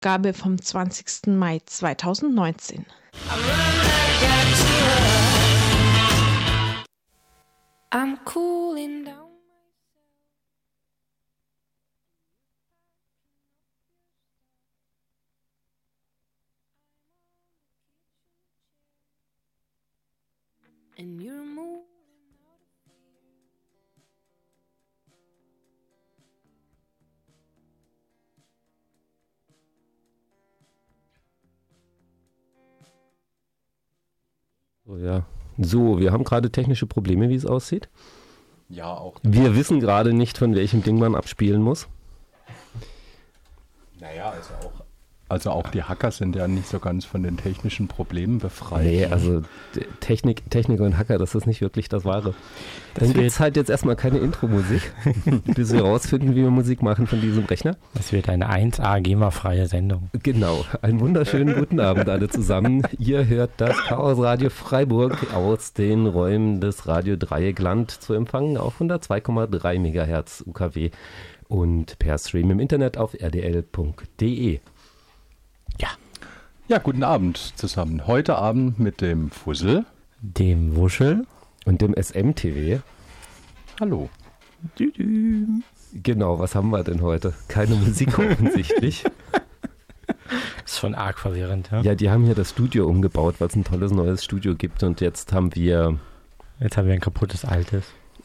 Ausgabe vom 20. Mai 2019. I'm cooling down. And you're moving out of So, ja. So, wir haben gerade technische Probleme, wie es aussieht. Ja, auch. Wir wissen gerade nicht, von welchem Ding man abspielen muss. Naja, also auch die Hacker sind ja nicht so ganz von den technischen Problemen befreit. Nee, also Technik und Hacker, das ist nicht wirklich das Wahre. Dann gibt es halt jetzt erstmal keine Intro-Musik, bis wir rausfinden, wie wir Musik machen von diesem Rechner. Das wird eine 1A GEMA-freie Sendung. Genau, einen wunderschönen guten Abend alle zusammen. Ihr hört das Chaos Radio Freiburg aus den Räumen des Radio Dreieckland zu empfangen auf 102,3 MHz UKW und per Stream im Internet auf rdl.de. Ja, guten Abend zusammen. Heute Abend mit dem Fussel, Dem Wuschel Und dem SMTW. Hallo. Genau, was haben wir denn heute? Keine Musik offensichtlich. ist schon arg verwirrend. Ja? Ja, die haben hier das Studio umgebaut, weil es ein tolles neues Studio gibt und jetzt haben wir ein kaputtes altes.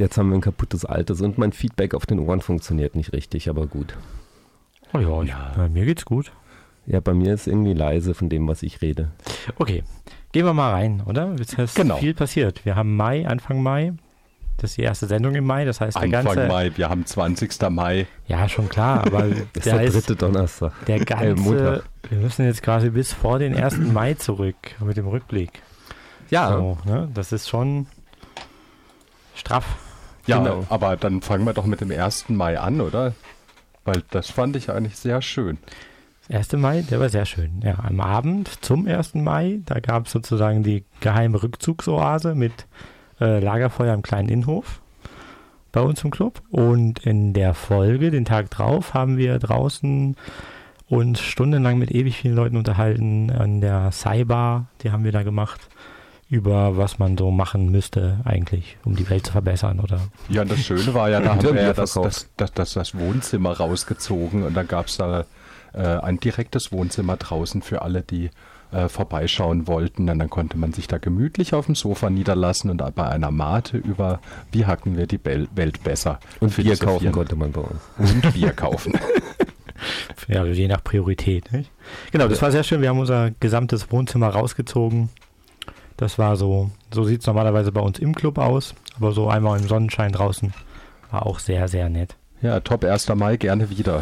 Und mein Feedback auf den Ohren funktioniert nicht richtig, aber gut. Oh ja, mir geht's gut. Ja, bei mir ist irgendwie leise von dem, was ich rede. Okay, gehen wir mal rein, oder? Jetzt ist viel passiert. Wir haben Anfang Mai. Das ist die erste Sendung im Mai, das heißt Anfang Mai, wir haben 20. Mai. Ja, schon klar, aber das ist der dritte Donnerstag. Der ganze, wir müssen jetzt quasi bis vor den 1. Mai zurück mit dem Rückblick. Ja. So, ne? Das ist schon straff. Ja, Genau. Aber dann fangen wir doch mit dem 1. Mai an, oder? Weil das fand ich eigentlich sehr schön. 1. Mai, der war sehr schön. Ja, am Abend zum 1. Mai, da gab es sozusagen die geheime Rückzugsoase mit Lagerfeuer im kleinen Innenhof bei uns im Club. Und in der Folge, den Tag drauf, haben wir draußen uns stundenlang mit ewig vielen Leuten unterhalten an der Cybar, die haben wir da gemacht, über was man so machen müsste eigentlich, um die Welt zu verbessern, oder? Ja, und das Schöne war ja, da haben wir ja das Wohnzimmer rausgezogen und dann gab es da ein direktes Wohnzimmer draußen für alle, die vorbeischauen wollten. Und dann konnte man sich da gemütlich auf dem Sofa niederlassen und bei einer Mate über, wie hacken wir die Welt besser. Und Bier kaufen konnte man bei uns. Und Bier kaufen. Ja, je nach Priorität. Nicht? Genau, das war sehr schön. Wir haben unser gesamtes Wohnzimmer rausgezogen. Das war so sieht es normalerweise bei uns im Club aus, aber so einmal im Sonnenschein draußen war auch sehr, sehr nett. Ja, top 1. Mai, gerne wieder.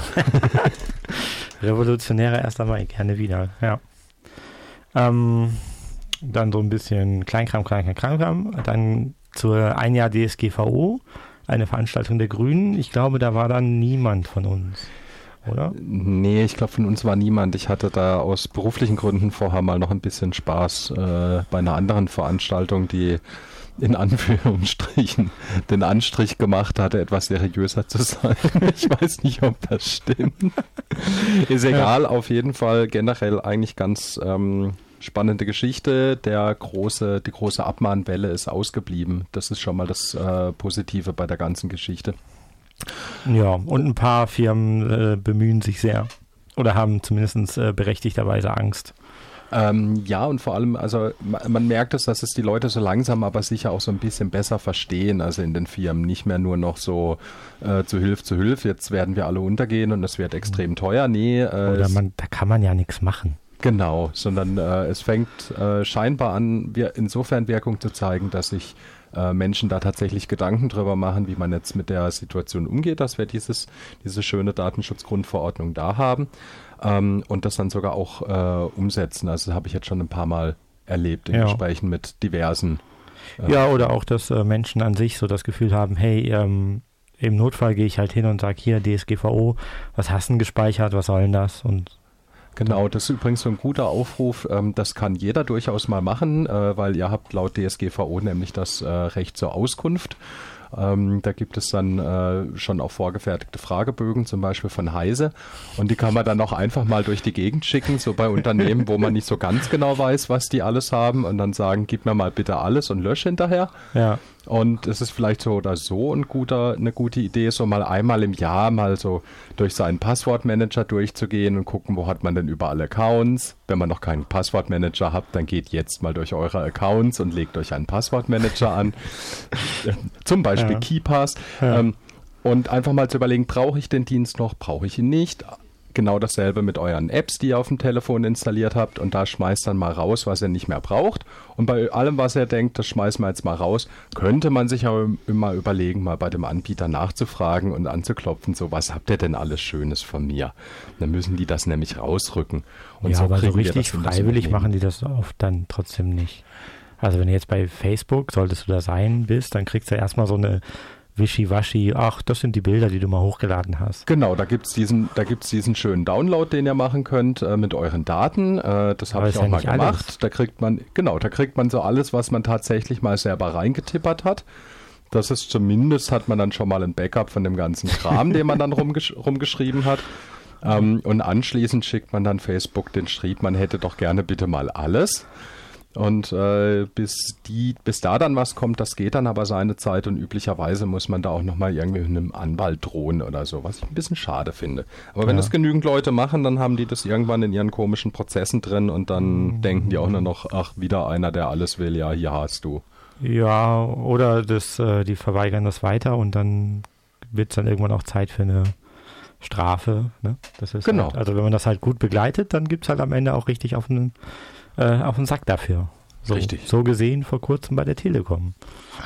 Revolutionärer 1. Mai, gerne wieder, ja. Dann so ein bisschen Kleinkram. Dann zur ein Jahr DSGVO, eine Veranstaltung der Grünen. Ich glaube, da war dann niemand von uns, oder? Nee, ich glaube, von uns war niemand. Ich hatte da aus beruflichen Gründen vorher mal noch ein bisschen Spaß bei einer anderen Veranstaltung, die in Anführungsstrichen den Anstrich gemacht hatte, etwas seriöser zu sein. Ich weiß nicht, ob das stimmt. Ist egal, auf jeden Fall generell eigentlich ganz spannende Geschichte. Die große Abmahnwelle ist ausgeblieben. Das ist schon mal das Positive bei der ganzen Geschichte. Ja, und ein paar Firmen bemühen sich sehr oder haben zumindest berechtigterweise Angst. Ja, und vor allem, also man merkt es, dass es die Leute so langsam, aber sicher auch so ein bisschen besser verstehen, also in den Firmen nicht mehr nur noch so zu Hilfe, jetzt werden wir alle untergehen und es wird extrem teuer. Nee. Oder da kann man ja nichts machen. Genau, sondern es fängt scheinbar an, insofern Wirkung zu zeigen, dass sich Menschen da tatsächlich Gedanken drüber machen, wie man jetzt mit der Situation umgeht, dass wir diese schöne Datenschutzgrundverordnung da haben. Und das dann sogar auch umsetzen. Also das habe ich jetzt schon ein paar Mal erlebt in Gesprächen mit diversen. Ja, oder auch, dass Menschen an sich so das Gefühl haben, hey, im Notfall gehe ich halt hin und sage, hier DSGVO, was hast du denn gespeichert, was soll denn das? Und genau, das ist übrigens so ein guter Aufruf. Das kann jeder durchaus mal machen, weil ihr habt laut DSGVO nämlich das Recht zur Auskunft. Da gibt es dann schon auch vorgefertigte Fragebögen, zum Beispiel von Heise. Und die kann man dann auch einfach mal durch die Gegend schicken, so bei Unternehmen, wo man nicht so ganz genau weiß, was die alles haben. Und dann sagen, gib mir mal bitte alles und lösch hinterher. Ja. Und es ist vielleicht so oder so eine gute Idee, so mal einmal im Jahr mal so durch seinen Passwortmanager durchzugehen und gucken, wo hat man denn überall Accounts. Wenn man noch keinen Passwortmanager habt, dann geht jetzt mal durch eure Accounts und legt euch einen Passwortmanager an. Zum Beispiel KeePass. Ja. Und einfach mal zu überlegen, brauche ich den Dienst noch, brauche ich ihn nicht? Genau dasselbe mit euren Apps, die ihr auf dem Telefon installiert habt, und da schmeißt dann mal raus, was ihr nicht mehr braucht. Und bei allem, was ihr denkt, das schmeißen wir jetzt mal raus, könnte man sich aber immer überlegen, mal bei dem Anbieter nachzufragen und anzuklopfen, so, was habt ihr denn alles Schönes von mir? Dann müssen die das nämlich rausrücken. Und ja, so aber so kriegen wir richtig das in das freiwillig Unternehmen. machen die das oft dann trotzdem nicht. Also wenn du jetzt bei Facebook, solltest du da sein bist, dann kriegst du erstmal so eine Wischiwaschi, ach, das sind die Bilder, die du mal hochgeladen hast. Genau, da gibt's diesen schönen Download, den ihr machen könnt mit euren Daten. Das habe Aber ich ist auch ja mal nicht gemacht. alles. Da kriegt man so alles, was man tatsächlich mal selber reingetippert hat. Das ist zumindest, hat man dann schon mal ein Backup von dem ganzen Kram, den man dann rumgeschrieben hat. Und anschließend schickt man dann Facebook den Schrieb, man hätte doch gerne bitte mal alles. Und bis da dann was kommt, das geht dann aber seine Zeit, und üblicherweise muss man da auch nochmal irgendwie mit einem Anwalt drohen oder so, was ich ein bisschen schade finde. Aber wenn das genügend Leute machen, dann haben die das irgendwann in ihren komischen Prozessen drin, und dann denken die auch nur noch, ach, wieder einer, der alles will, ja, hier hast du. Ja, oder die verweigern das weiter und dann wird es dann irgendwann auch Zeit für eine Strafe. Ne? Das ist Genau. Halt, also wenn man das halt gut begleitet, dann gibt es halt am Ende auch richtig auf den Sack dafür. So, Richtig. So gesehen vor kurzem bei der Telekom.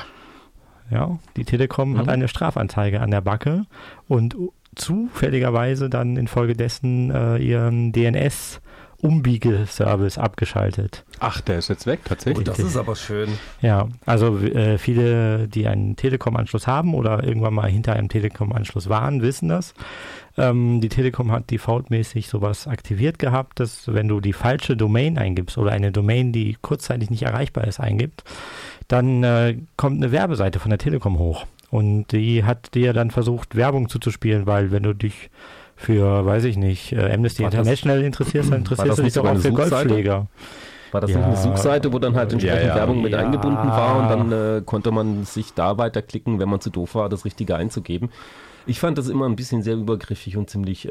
Ja, die Telekom hat eine Strafanzeige an der Backe und zufälligerweise dann infolgedessen ihren DNS-Umbiegeservice abgeschaltet. Ach, der ist jetzt weg, tatsächlich. Das ist aber schön. Ja, also viele, die einen Telekom-Anschluss haben oder irgendwann mal hinter einem Telekom-Anschluss waren, wissen das. Die Telekom hat defaultmäßig sowas aktiviert gehabt, dass wenn du die falsche Domain eingibst oder eine Domain, die kurzzeitig nicht erreichbar ist, eingibt, dann kommt eine Werbeseite von der Telekom hoch. Und die hat dir dann versucht, Werbung zuzuspielen, weil wenn du dich für, weiß ich nicht, Amnesty International interessierst, dann interessierst du dich doch auch für Golfschläger. War das nicht eine Suchseite, wo dann halt entsprechend Werbung mit eingebunden war, und dann konnte man sich da weiterklicken, wenn man zu doof war, das Richtige einzugeben? Ich fand das immer ein bisschen sehr übergriffig und ziemlich,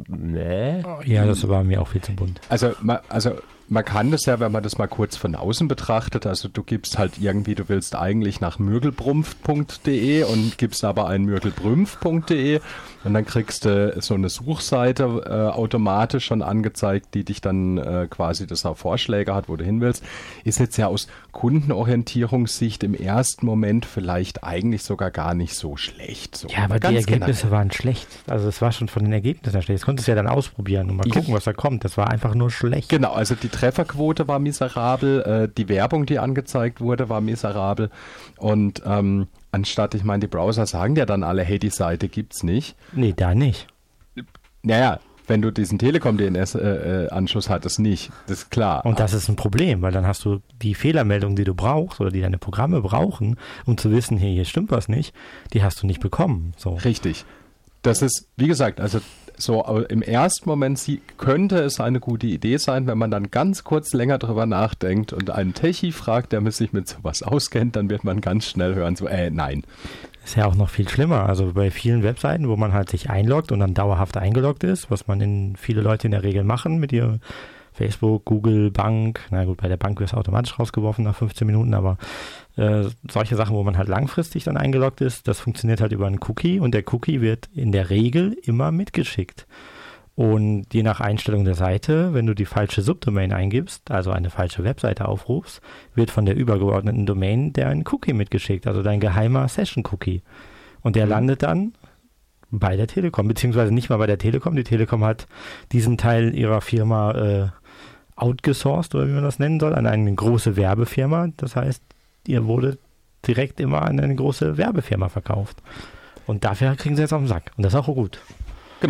Ja, das war mir auch viel zu bunt. Also man kann das ja, wenn man das mal kurz von außen betrachtet, also du gibst halt irgendwie, du willst eigentlich nach mürgelbrumpf.de und gibst aber ein mürgelbrümpf.de, und dann kriegst du so eine Suchseite automatisch schon angezeigt, die dich dann quasi das auch Vorschläge hat, wo du hin willst. Ist jetzt ja aus Kundenorientierungssicht im ersten Moment vielleicht eigentlich sogar gar nicht so schlecht. So. Ja, aber die Ergebnisse waren schlecht. Also es war schon von den Ergebnissen her schlecht. Das konntest du ja dann ausprobieren und mal gucken, was da kommt. Das war einfach nur schlecht. Genau, also die Trefferquote war miserabel, die Werbung, die angezeigt wurde, war miserabel, und anstatt, ich meine, die Browser sagen ja dann alle, hey, die Seite gibt's nicht. Nee, da nicht. Naja, wenn du diesen Telekom-DNS-Anschluss hattest, nicht, das ist klar. Und das ist ein Problem, weil dann hast du die Fehlermeldung, die du brauchst oder die deine Programme brauchen, um zu wissen, hey, hier stimmt was nicht, die hast du nicht bekommen. So. Richtig. Das ist, wie gesagt, also so im ersten Moment könnte es eine gute Idee sein, wenn man dann ganz kurz länger drüber nachdenkt und einen Techie fragt, der sich mit sowas auskennt, dann wird man ganz schnell hören, so, nein. Ist ja auch noch viel schlimmer. Also bei vielen Webseiten, wo man halt sich einloggt und dann dauerhaft eingeloggt ist, was viele Leute in der Regel machen mit ihrem Facebook, Google, Bank. Na gut, bei der Bank wird es automatisch rausgeworfen nach 15 Minuten, aber solche Sachen, wo man halt langfristig dann eingeloggt ist, das funktioniert halt über einen Cookie, und der Cookie wird in der Regel immer mitgeschickt. Und je nach Einstellung der Seite, wenn du die falsche Subdomain eingibst, also eine falsche Webseite aufrufst, wird von der übergeordneten Domain ein Cookie mitgeschickt, also dein geheimer Session-Cookie. Und der landet dann bei der Telekom, beziehungsweise nicht mal bei der Telekom. Die Telekom hat diesen Teil ihrer Firma outgesourced, oder wie man das nennen soll, an eine große Werbefirma. Das heißt, ihr wurde direkt immer an eine große Werbefirma verkauft. Und dafür kriegen sie jetzt auf den Sack. Und das ist auch gut. Genau.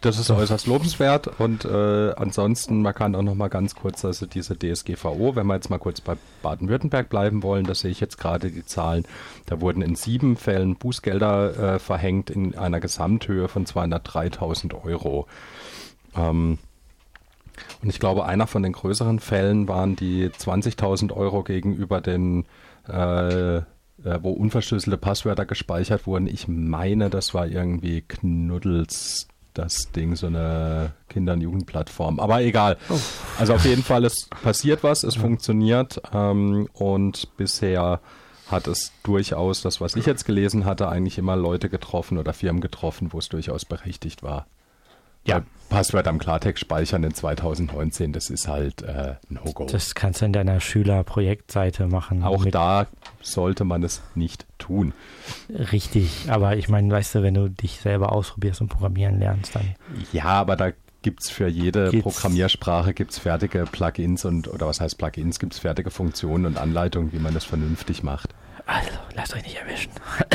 Das ist äußerst lobenswert und ansonsten, man kann auch noch mal ganz kurz, also diese DSGVO, wenn wir jetzt mal kurz bei Baden-Württemberg bleiben wollen, das sehe ich jetzt gerade die Zahlen, da wurden in 7 Fällen Bußgelder verhängt in einer Gesamthöhe von 203.000 €. Und ich glaube, einer von den größeren Fällen waren die 20.000 € gegenüber den wo unverschlüsselte Passwörter gespeichert wurden. Ich meine, das war irgendwie Knuddels, das Ding, so eine Kinder- und Jugendplattform. Aber egal. Also auf jeden Fall, es passiert was, es funktioniert und bisher hat es durchaus, das was ich jetzt gelesen hatte, eigentlich immer Leute getroffen oder Firmen getroffen, wo es durchaus berechtigt war. Ja. Passwörter am Klartext speichern in 2019, das ist halt No-Go. Das kannst du in deiner Schülerprojektseite machen. Auch da sollte man es nicht tun. Richtig, aber ich meine, weißt du, wenn du dich selber ausprobierst und programmieren lernst, dann... Ja, aber da gibt es für jede Programmiersprache gibt's fertige Plugins oder was heißt Plugins, gibt es fertige Funktionen und Anleitungen, wie man das vernünftig macht. Also, lasst euch nicht erwischen.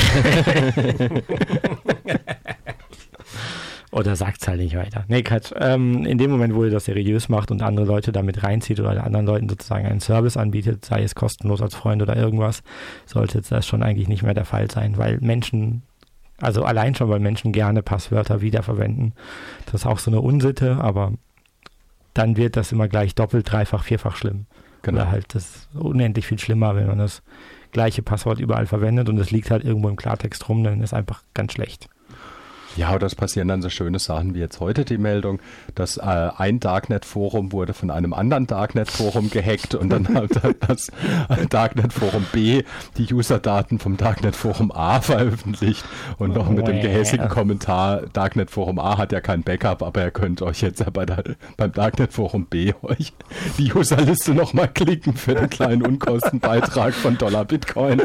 Oder sagt es halt nicht weiter. Nee, Quatsch. In dem Moment, wo ihr das seriös macht und andere Leute damit reinzieht oder anderen Leuten sozusagen einen Service anbietet, sei es kostenlos als Freund oder irgendwas, sollte das schon eigentlich nicht mehr der Fall sein, weil Menschen, also allein schon, weil Menschen gerne Passwörter wiederverwenden. Das ist auch so eine Unsitte, aber dann wird das immer gleich doppelt, dreifach, vierfach schlimm. Genau. Oder halt das ist unendlich viel schlimmer, wenn man das gleiche Passwort überall verwendet und es liegt halt irgendwo im Klartext rum, dann ist einfach ganz schlecht. Ja, oder es passieren dann so schöne Sachen wie jetzt heute die Meldung, dass ein Darknet-Forum wurde von einem anderen Darknet-Forum gehackt und dann hat das Darknet-Forum B die Userdaten vom Darknet-Forum A veröffentlicht und noch mit dem gehässigen Kommentar, Darknet-Forum A hat ja kein Backup, aber ihr könnt euch jetzt ja beim Darknet-Forum B euch die Userliste nochmal klicken für den kleinen Unkostenbeitrag von $Bitcoin.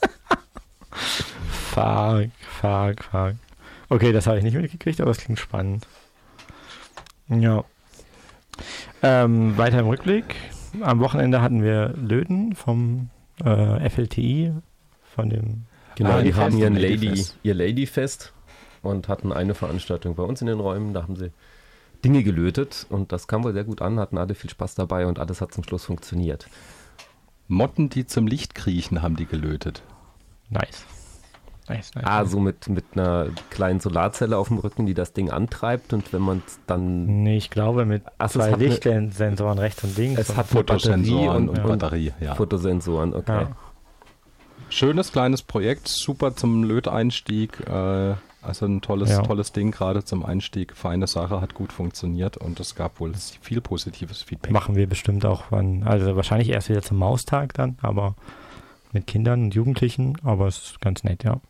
Fuck. Okay, das habe ich nicht mitgekriegt, aber es klingt spannend. Ja. Weiter im Rückblick. Am Wochenende hatten wir Löden vom FLTI, von dem... Genau, die haben ihr Ladyfest und hatten eine Veranstaltung bei uns in den Räumen. Da haben sie Dinge gelötet und das kam wohl sehr gut an, hatten alle viel Spaß dabei und alles hat zum Schluss funktioniert. Motten, die zum Licht kriechen, haben die gelötet. Nice. So mit einer kleinen Solarzelle auf dem Rücken, die das Ding antreibt und wenn man es dann... Nee, ich glaube mit 2 Lichtsensoren rechts und links. Es hat Fotosensoren und Batterie. Ja. Fotosensoren, okay. Ja. Schönes kleines Projekt, super zum Löteinstieg. Also ein tolles Ding gerade zum Einstieg. Feine Sache, hat gut funktioniert und es gab wohl viel positives Feedback. Machen wir bestimmt auch, also wahrscheinlich erst wieder zum Maustag dann, aber mit Kindern und Jugendlichen, aber es ist ganz nett, ja.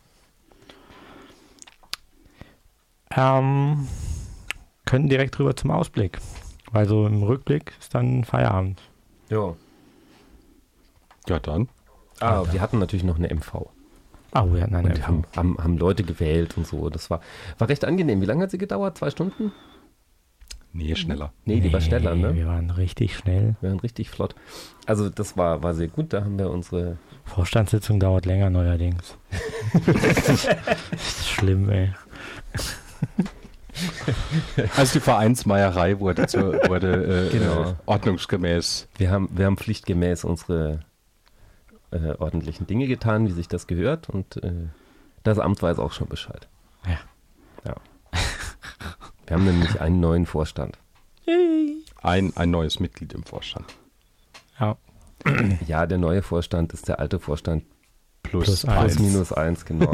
Können direkt rüber zum Ausblick, weil so im Rückblick ist dann Feierabend. Ja. Ja, dann. Wir hatten natürlich noch eine MV. Wir hatten eine MV. Haben Leute gewählt und so. Das war recht angenehm. Wie lange hat sie gedauert? 2 Stunden? Nee, schneller. Nee, die war schneller, ne? Wir waren richtig schnell. Wir waren richtig flott. Also das war sehr gut. Da haben wir unsere... Vorstandssitzung dauert länger neuerdings. Das ist schlimm, ey. Also die Vereinsmeierei wurde genau. Ordnungsgemäß. Wir haben pflichtgemäß unsere ordentlichen Dinge getan, wie sich das gehört und das Amt weiß auch schon Bescheid. Ja. Wir haben nämlich einen neuen Vorstand. Ein neues Mitglied im Vorstand. Ja. Ja, der neue Vorstand ist der alte Vorstand plus minus 1, genau.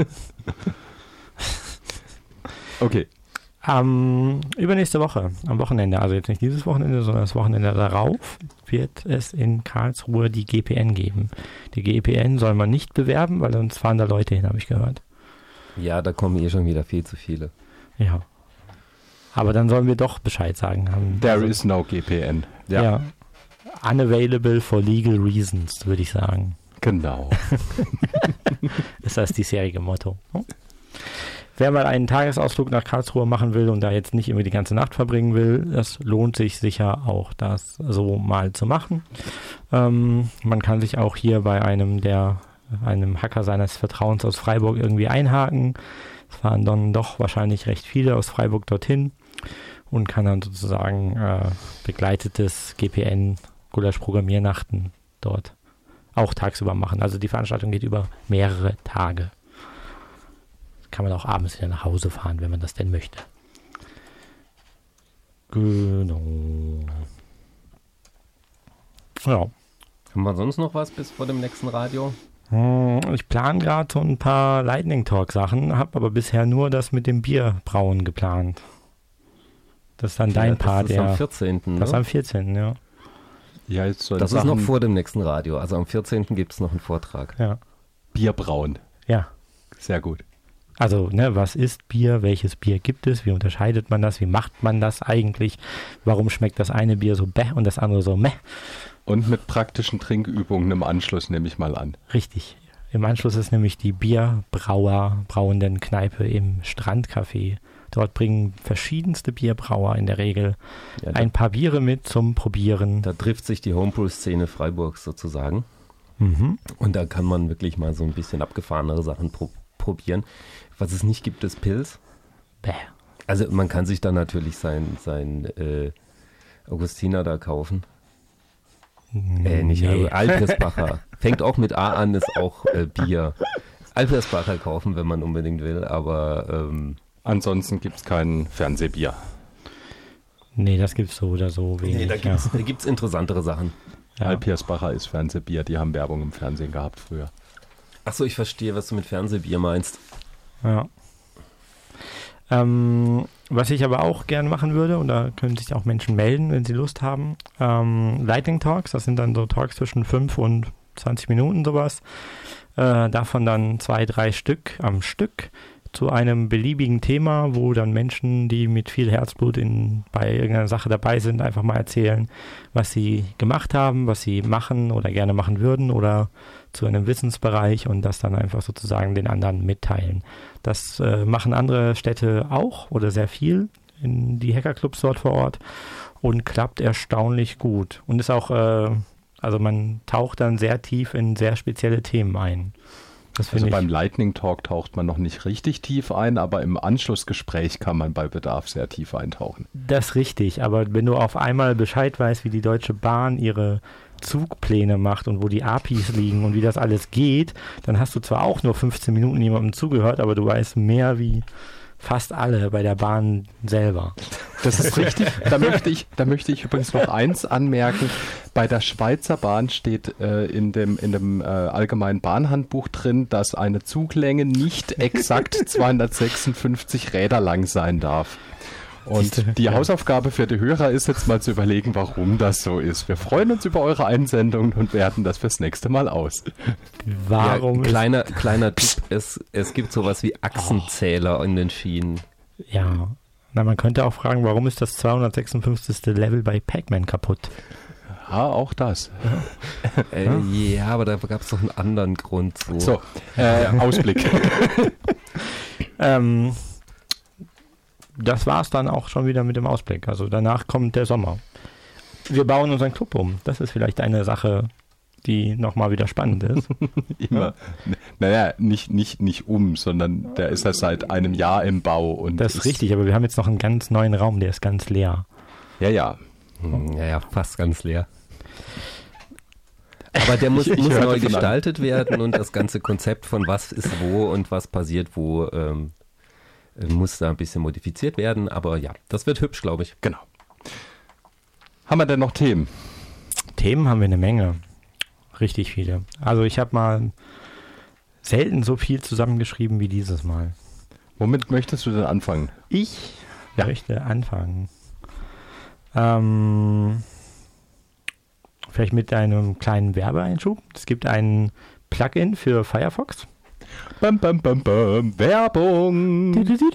Okay. Übernächste Woche, am Wochenende, also jetzt nicht dieses Wochenende, sondern das Wochenende darauf, wird es in Karlsruhe die GPN geben. Die GPN soll man nicht bewerben, weil sonst fahren da Leute hin, habe ich gehört. Ja, da kommen schon wieder viel zu viele. Ja. Aber dann sollen wir doch Bescheid sagen. There is no GPN. Ja. Unavailable for legal reasons, würde ich sagen. Genau. Ist das diesjährige Motto. Wer mal einen Tagesausflug nach Karlsruhe machen will und da jetzt nicht immer die ganze Nacht verbringen will, das lohnt sich sicher auch, das so mal zu machen. Man kann sich auch hier bei einem Hacker seines Vertrauens aus Freiburg irgendwie einhaken. Es fahren dann doch wahrscheinlich recht viele aus Freiburg dorthin. und kann dann sozusagen begleitetes GPN-Gulasch-Programmiernachten dort auch tagsüber machen. Also die Veranstaltung geht über mehrere Tage. Kann man auch abends wieder nach Hause fahren, wenn man das denn möchte. Genau. Ja. Haben wir sonst noch was bis vor dem nächsten Radio? Ich plane gerade so ein paar Lightning Talk Sachen, habe aber bisher nur das mit dem Bierbrauen geplant. Das ist dann dein Part, ja. Das ist am 14. Das ist am 14. Ja. Ja, jetzt so das ist noch vor dem nächsten Radio. Also am 14. gibt es noch einen Vortrag. Ja. Bierbrauen. Ja. Sehr gut. Also, was ist Bier? Welches Bier gibt es? Wie unterscheidet man das? Wie macht man das eigentlich? Warum schmeckt das eine Bier so bäh und das andere so meh? Und mit praktischen Trinkübungen im Anschluss, nehme ich mal an. Richtig. Im Anschluss ist nämlich die brauenden Kneipe im Strandcafé. Dort bringen verschiedenste Bierbrauer in der Regel ein paar Biere mit zum Probieren. Da trifft sich die Homebrew-Szene Freiburgs sozusagen. Mhm. Und da kann man wirklich mal so ein bisschen abgefahrenere Sachen probieren. Was es nicht gibt, ist Pils. Bäh. Also man kann sich dann natürlich sein Augustiner da kaufen. Nicht Alpersbacher. Fängt auch mit A an, ist auch Bier. Alpersbacher kaufen, wenn man unbedingt will, aber ansonsten gibt es kein Fernsehbier. Nee, das gibt es so oder so wenig. Nee, da gibt's interessantere Sachen. Ja. Alpersbacher ist Fernsehbier, die haben Werbung im Fernsehen gehabt früher. Achso, ich verstehe, was du mit Fernsehbier meinst. Ja. Was ich aber auch gerne machen würde, und da können sich auch Menschen melden, wenn sie Lust haben, Lightning Talks, das sind dann so Talks zwischen 5 und 20 Minuten sowas, davon dann 2-3 Stück am Stück zu einem beliebigen Thema, wo dann Menschen, die mit viel Herzblut bei irgendeiner Sache dabei sind, einfach mal erzählen, was sie gemacht haben, was sie machen oder gerne machen würden oder zu einem Wissensbereich und das dann einfach sozusagen den anderen mitteilen. Das machen andere Städte auch oder sehr viel in die Hackerclubs dort vor Ort und klappt erstaunlich gut und ist auch, also man taucht dann sehr tief in sehr spezielle Themen ein. Also beim Lightning Talk taucht man noch nicht richtig tief ein, aber im Anschlussgespräch kann man bei Bedarf sehr tief eintauchen. Das ist richtig, aber wenn du auf einmal Bescheid weißt, wie die Deutsche Bahn ihre Zugpläne macht und wo die APIs liegen und wie das alles geht, dann hast du zwar auch nur 15 Minuten jemandem zugehört, aber du weißt mehr wie fast alle bei der Bahn selber. Das ist richtig. Da möchte ich übrigens noch eins anmerken. Bei der Schweizer Bahn steht in dem allgemeinen Bahnhandbuch drin, dass eine Zuglänge nicht exakt 256 Räder lang sein darf. Und die Hausaufgabe für die Hörer ist jetzt mal zu überlegen, warum das so ist. Wir freuen uns über eure Einsendungen und werten das fürs nächste Mal aus. Warum? Ja, kleiner Tipp, es gibt sowas wie Achsenzähler in den Schienen. Ja, man könnte auch fragen, warum ist das 256. Level bei Pac-Man kaputt? Ja, auch das. Ja, aber da gab es doch einen anderen Grund. So, Ausblick. Das war es dann auch schon wieder mit dem Ausblick. Also danach kommt der Sommer. Wir bauen unseren Club um. Das ist vielleicht eine Sache, die nochmal wieder spannend ist. Immer. Naja, nicht sondern der ist ja seit einem Jahr im Bau. Und das ist richtig, aber wir haben jetzt noch einen ganz neuen Raum, der ist ganz leer. Ja. Ja, fast ganz leer. Aber der muss neu gestaltet werden und das ganze Konzept von was ist wo und was passiert wo muss da ein bisschen modifiziert werden, aber ja, das wird hübsch, glaube ich. Genau. Haben wir denn noch Themen? Themen haben wir eine Menge. Richtig viele. Also ich habe mal selten so viel zusammengeschrieben wie dieses Mal. Womit möchtest du denn anfangen? Ich möchte anfangen. Vielleicht mit einem kleinen Werbeeinschub. Es gibt ein Plugin für Firefox. Bam, bam, bam, bam. Werbung!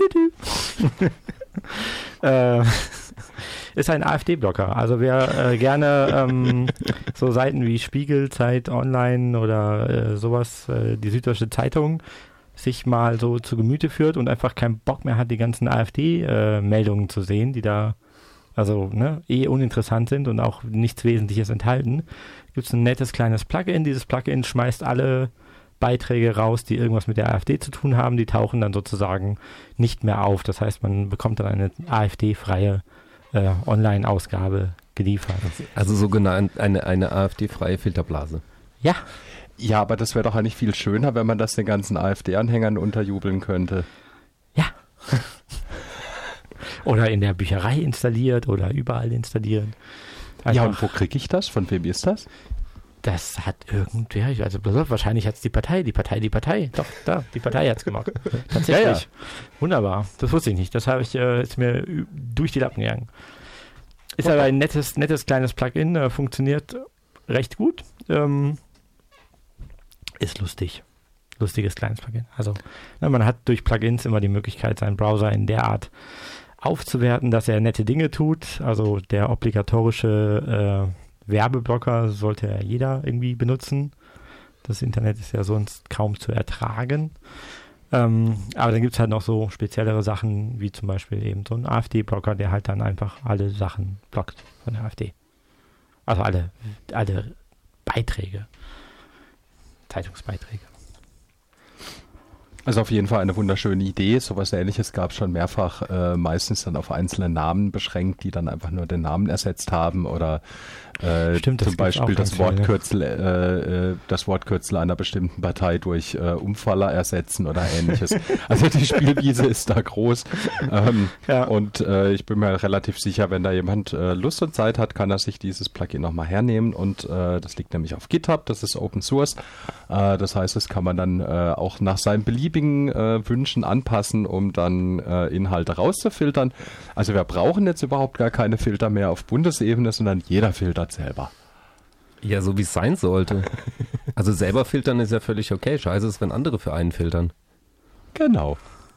Ist ein AfD-Blocker. Also wer gerne so Seiten wie Spiegel, Zeit Online oder sowas, die Süddeutsche Zeitung, sich mal so zu Gemüte führt und einfach keinen Bock mehr hat, die ganzen AfD-Meldungen zu sehen, die da uninteressant sind und auch nichts Wesentliches enthalten, gibt es ein nettes kleines Plugin. Dieses Plugin schmeißt alle Beiträge raus, die irgendwas mit der AfD zu tun haben, die tauchen dann sozusagen nicht mehr auf. Das heißt, man bekommt dann eine AfD-freie Online-Ausgabe geliefert. Also sogenannt eine AfD-freie Filterblase. Ja. Ja, aber das wäre doch eigentlich viel schöner, wenn man das den ganzen AfD-Anhängern unterjubeln könnte. Ja. Oder in der Bücherei installiert oder überall installiert. Ja, und wo kriege ich das? Von wem ist das? Das hat irgendwer, also wahrscheinlich hat es die Partei. Doch, da, die Partei hat es gemacht. Tatsächlich. Ja. Wunderbar. Das wusste ich nicht. Das habe ich, ist mir durch die Lappen gegangen. Ist aber ein nettes kleines Plugin, funktioniert recht gut. Ist lustig. Lustiges kleines Plugin. Also, man hat durch Plugins immer die Möglichkeit, seinen Browser in der Art aufzuwerten, dass er nette Dinge tut. Also der obligatorische Werbeblocker sollte ja jeder irgendwie benutzen. Das Internet ist ja sonst kaum zu ertragen. Aber dann gibt es halt noch so speziellere Sachen, wie zum Beispiel eben so ein AfD-Blocker, der halt dann einfach alle Sachen blockt von der AfD. Also alle Beiträge. Zeitungsbeiträge. Also auf jeden Fall eine wunderschöne Idee. Sowas Ähnliches gab es schon mehrfach, meistens dann auf einzelne Namen beschränkt, die dann einfach nur den Namen ersetzt haben oder Stimmt, zum Beispiel das Wortkürzel einer bestimmten Partei durch Umfaller ersetzen oder Ähnliches. Also die Spielwiese ist da groß. Und ich bin mir relativ sicher, wenn da jemand Lust und Zeit hat, kann er sich dieses Plugin nochmal hernehmen und das liegt nämlich auf GitHub, das ist Open Source. Das heißt, das kann man dann auch nach seinem beliebigen Wünschen anpassen, um dann Inhalte rauszufiltern. Also wir brauchen jetzt überhaupt gar keine Filter mehr auf Bundesebene, sondern jeder filtert selber. Ja, so wie es sein sollte. Also selber filtern ist ja völlig okay. Scheiße ist, wenn andere für einen filtern. Genau.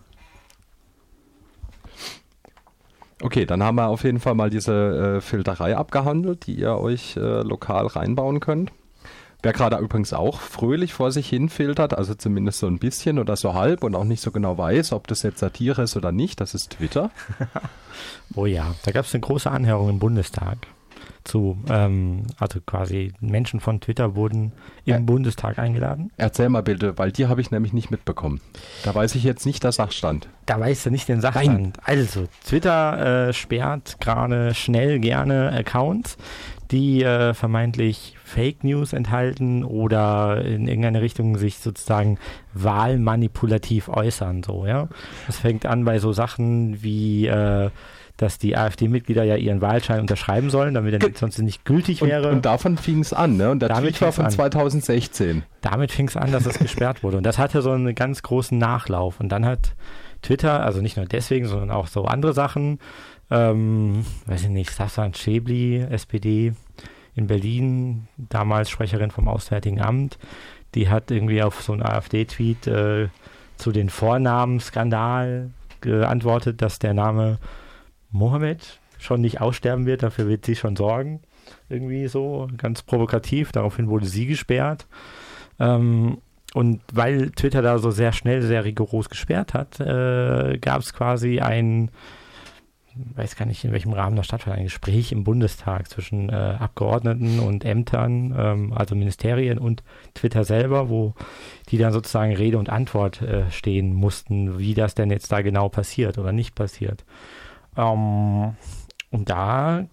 Okay, dann haben wir auf jeden Fall mal diese Filterei abgehandelt, die ihr euch lokal reinbauen könnt. Wer gerade übrigens auch fröhlich vor sich hin filtert, also zumindest so ein bisschen oder so halb und auch nicht so genau weiß, ob das jetzt Satire ist oder nicht, das ist Twitter. Oh ja, da gab es eine große Anhörung im Bundestag zu, also quasi Menschen von Twitter wurden im Bundestag eingeladen. Erzähl mal bitte, weil die habe ich nämlich nicht mitbekommen. Da weiß ich jetzt nicht den Sachstand. Da weißt du nicht den Sachstand. Nein. Also, Twitter sperrt gerade schnell gerne Accounts, die vermeintlich Fake News enthalten oder in irgendeine Richtung sich sozusagen wahlmanipulativ äußern. So, ja. Das fängt an bei so Sachen wie dass die AfD-Mitglieder ja ihren Wahlschein unterschreiben sollen, damit er sonst nicht gültig wäre. Und davon fing es an, ne? Und der Tweet war von 2016. Damit fing es an, dass es gesperrt wurde. Und das hatte so einen ganz großen Nachlauf. Und dann hat Twitter, also nicht nur deswegen, sondern auch so andere Sachen, weiß ich nicht, Safsan Schäbli, SPD in Berlin, damals Sprecherin vom Auswärtigen Amt, die hat irgendwie auf so einen AfD-Tweet zu den Vornamenskandal geantwortet, dass der Name Mohammed schon nicht aussterben wird, dafür wird sie schon sorgen. Irgendwie so, ganz provokativ, daraufhin wurde sie gesperrt. Und weil Twitter da so sehr schnell, sehr rigoros gesperrt hat, gab es quasi ein, weiß gar nicht, in welchem Rahmen das stattfand, ein Gespräch im Bundestag zwischen Abgeordneten und Ämtern, also Ministerien und Twitter selber, wo die dann sozusagen Rede und Antwort stehen mussten, wie das denn jetzt da genau passiert oder nicht passiert. Und da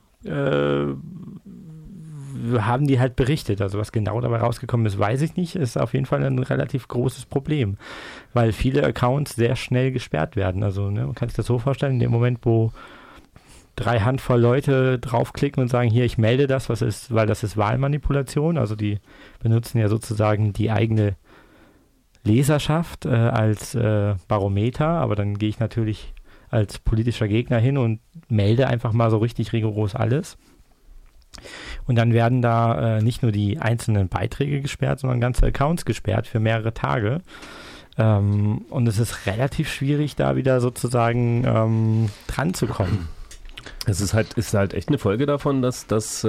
haben die halt berichtet. Also was genau dabei rausgekommen ist, weiß ich nicht. Ist auf jeden Fall ein relativ großes Problem, weil viele Accounts sehr schnell gesperrt werden. Also man kann sich das so vorstellen, in dem Moment, wo 3 Handvoll Leute draufklicken und sagen, hier, ich melde das, weil das ist Wahlmanipulation. Also die benutzen ja sozusagen die eigene Leserschaft als Barometer, aber dann gehe ich natürlich als politischer Gegner hin und melde einfach mal so richtig rigoros alles. Und dann werden da nicht nur die einzelnen Beiträge gesperrt, sondern ganze Accounts gesperrt für mehrere Tage. Und es ist relativ schwierig, da wieder sozusagen dran zu kommen. Es ist halt echt eine Folge davon, dass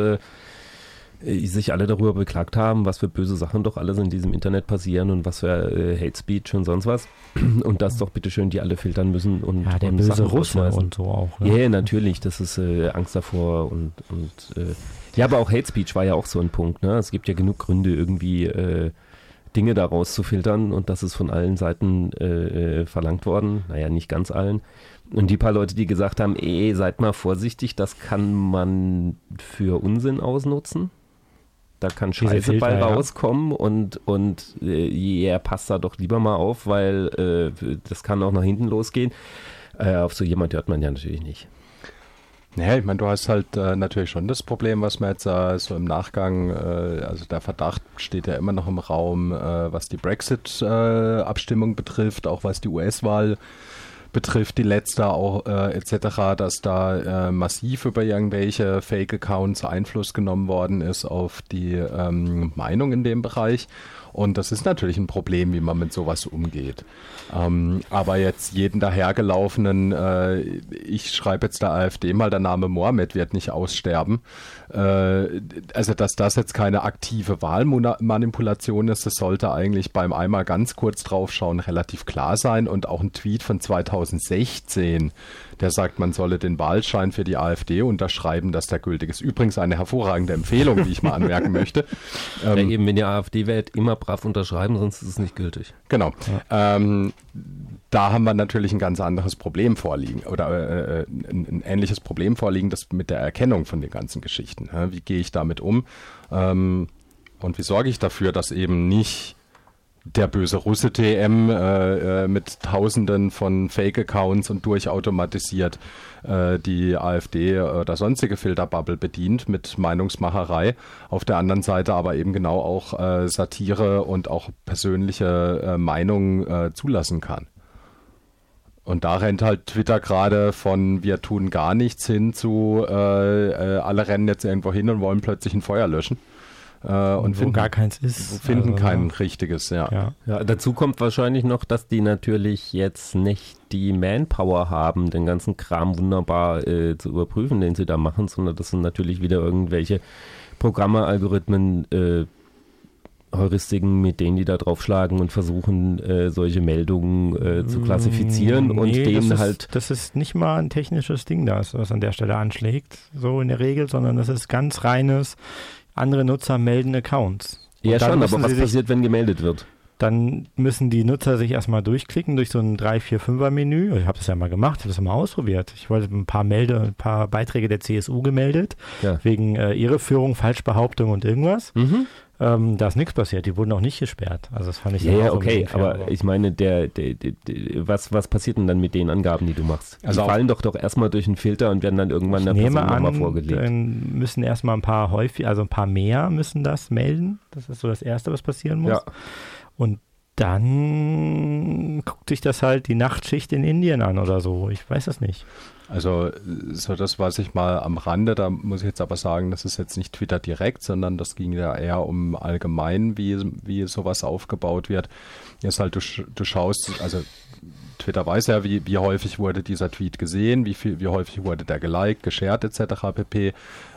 sich alle darüber beklagt haben, was für böse Sachen doch alles in diesem Internet passieren und was für Hate Speech und sonst was. Und das doch bitteschön die alle filtern müssen und ja, der und böse Sachen Russe rausschmeißen. und so auch. Ja, yeah, natürlich, das ist Angst davor und ja, aber auch Hate Speech war ja auch so ein Punkt, ne? Es gibt ja genug Gründe irgendwie Dinge daraus zu filtern und das ist von allen Seiten verlangt worden, naja, nicht ganz allen. Und die paar Leute, die gesagt haben, seid mal vorsichtig, das kann man für Unsinn ausnutzen. Da kann Scheiße bei rauskommen und passt da doch lieber mal auf, weil das kann auch nach hinten losgehen. Auf so jemand hört man ja natürlich nicht. Naja, ich meine, du hast halt natürlich schon das Problem, was man jetzt so im Nachgang, also der Verdacht steht ja immer noch im Raum, was die Brexit-Abstimmung betrifft, auch was die US-Wahl betrifft, die letzte auch etc., dass da massiv über irgendwelche Fake-Accounts Einfluss genommen worden ist auf die Meinung in dem Bereich. Und das ist natürlich ein Problem, wie man mit sowas umgeht. Aber jetzt jeden dahergelaufenen, ich schreibe jetzt der AfD mal, der Name Mohammed wird nicht aussterben. Also, dass das jetzt keine aktive Wahlmanipulation ist, das sollte eigentlich beim einmal ganz kurz draufschauen relativ klar sein. Und auch ein Tweet von 2016, der sagt, man solle den Wahlschein für die AfD unterschreiben, dass der gültig ist. Übrigens eine hervorragende Empfehlung, die ich mal anmerken möchte. Ja, eben, wenn ihr AfD wählt, immer brav unterschreiben, sonst ist es nicht gültig. Genau. Ja. Da haben wir natürlich ein ganz anderes Problem vorliegen oder ein ähnliches Problem vorliegen, das mit der Erkennung von den ganzen Geschichten. Wie gehe ich damit um und wie sorge ich dafür, dass eben nicht der böse Russe TM mit Tausenden von Fake-Accounts und durchautomatisiert die AfD oder sonstige Filterbubble bedient mit Meinungsmacherei. Auf der anderen Seite aber eben genau auch Satire und auch persönliche Meinungen zulassen kann. Und da rennt halt Twitter gerade von wir tun gar nichts hin zu alle rennen jetzt irgendwo hin und wollen plötzlich ein Feuer löschen. Und wo gar keins ist. Finden also, kein richtiges, ja. Dazu kommt wahrscheinlich noch, dass die natürlich jetzt nicht die Manpower haben, den ganzen Kram wunderbar zu überprüfen, den sie da machen, sondern das sind natürlich wieder irgendwelche Programme, Algorithmen, Heuristiken, mit denen die da draufschlagen und versuchen, solche Meldungen zu klassifizieren und denen Das ist nicht mal ein technisches Ding, was an der Stelle anschlägt, so in der Regel, sondern das ist ganz reines, andere Nutzer melden Accounts. Ja schon, aber was passiert, wenn gemeldet wird? Dann müssen die Nutzer sich erstmal durchklicken durch so ein 3-4-5er-Menü. Ich habe das ja mal gemacht, ich habe das mal ausprobiert. Ich wollte ein paar Beiträge der CSU gemeldet, wegen Irreführung, Falschbehauptung und irgendwas. Mhm. Da ist nichts passiert, die wurden auch nicht gesperrt. Also das fand ich okay, aber ich meine, was passiert denn dann mit den Angaben, die du machst? Die fallen doch erstmal durch einen Filter und werden dann irgendwann der Person nochmal vorgelegt. Dann müssen erstmal ein paar mehr müssen das melden. Das ist so das Erste, was passieren muss. Ja. Und dann guckt sich das halt die Nachtschicht in Indien an oder so. Ich weiß das nicht. Also so das, was ich mal am Rande, da muss ich jetzt aber sagen, das ist jetzt nicht Twitter direkt, sondern das ging ja eher um allgemein, wie sowas aufgebaut wird. Jetzt halt, du schaust, also Twitter weiß ja, wie häufig wurde dieser Tweet gesehen, wie häufig wurde der geliked, geshared etc. pp.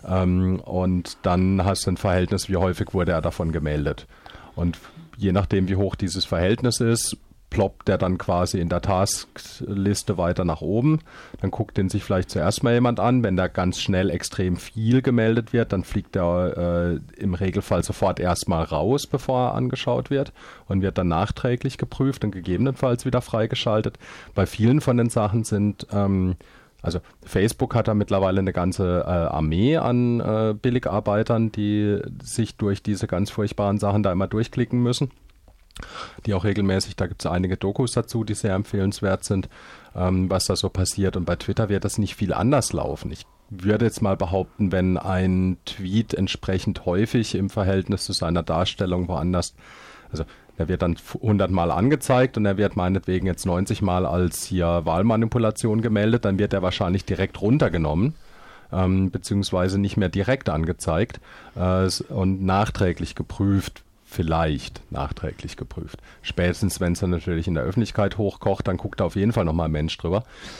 Und dann hast du ein Verhältnis, wie häufig wurde er davon gemeldet. Und je nachdem, wie hoch dieses Verhältnis ist, ploppt der dann quasi in der Taskliste weiter nach oben. Dann guckt den sich vielleicht zuerst mal jemand an. Wenn da ganz schnell extrem viel gemeldet wird, dann fliegt der im Regelfall sofort erstmal raus, bevor er angeschaut wird und wird dann nachträglich geprüft und gegebenenfalls wieder freigeschaltet. Bei vielen von den Sachen sind also Facebook hat da mittlerweile eine ganze Armee an Billigarbeitern, die sich durch diese ganz furchtbaren Sachen da immer durchklicken müssen. Die auch regelmäßig, da gibt es einige Dokus dazu, die sehr empfehlenswert sind, was da so passiert. Und bei Twitter wird das nicht viel anders laufen. Ich würde jetzt mal behaupten, wenn ein Tweet entsprechend häufig im Verhältnis zu seiner Darstellung woanders, also er wird dann 100 Mal angezeigt und er wird meinetwegen jetzt 90 Mal als hier Wahlmanipulation gemeldet, dann wird er wahrscheinlich direkt runtergenommen, beziehungsweise nicht mehr direkt angezeigt und nachträglich geprüft. Vielleicht nachträglich geprüft. Spätestens, wenn es dann natürlich in der Öffentlichkeit hochkocht, dann guckt da auf jeden Fall nochmal ein Mensch drüber.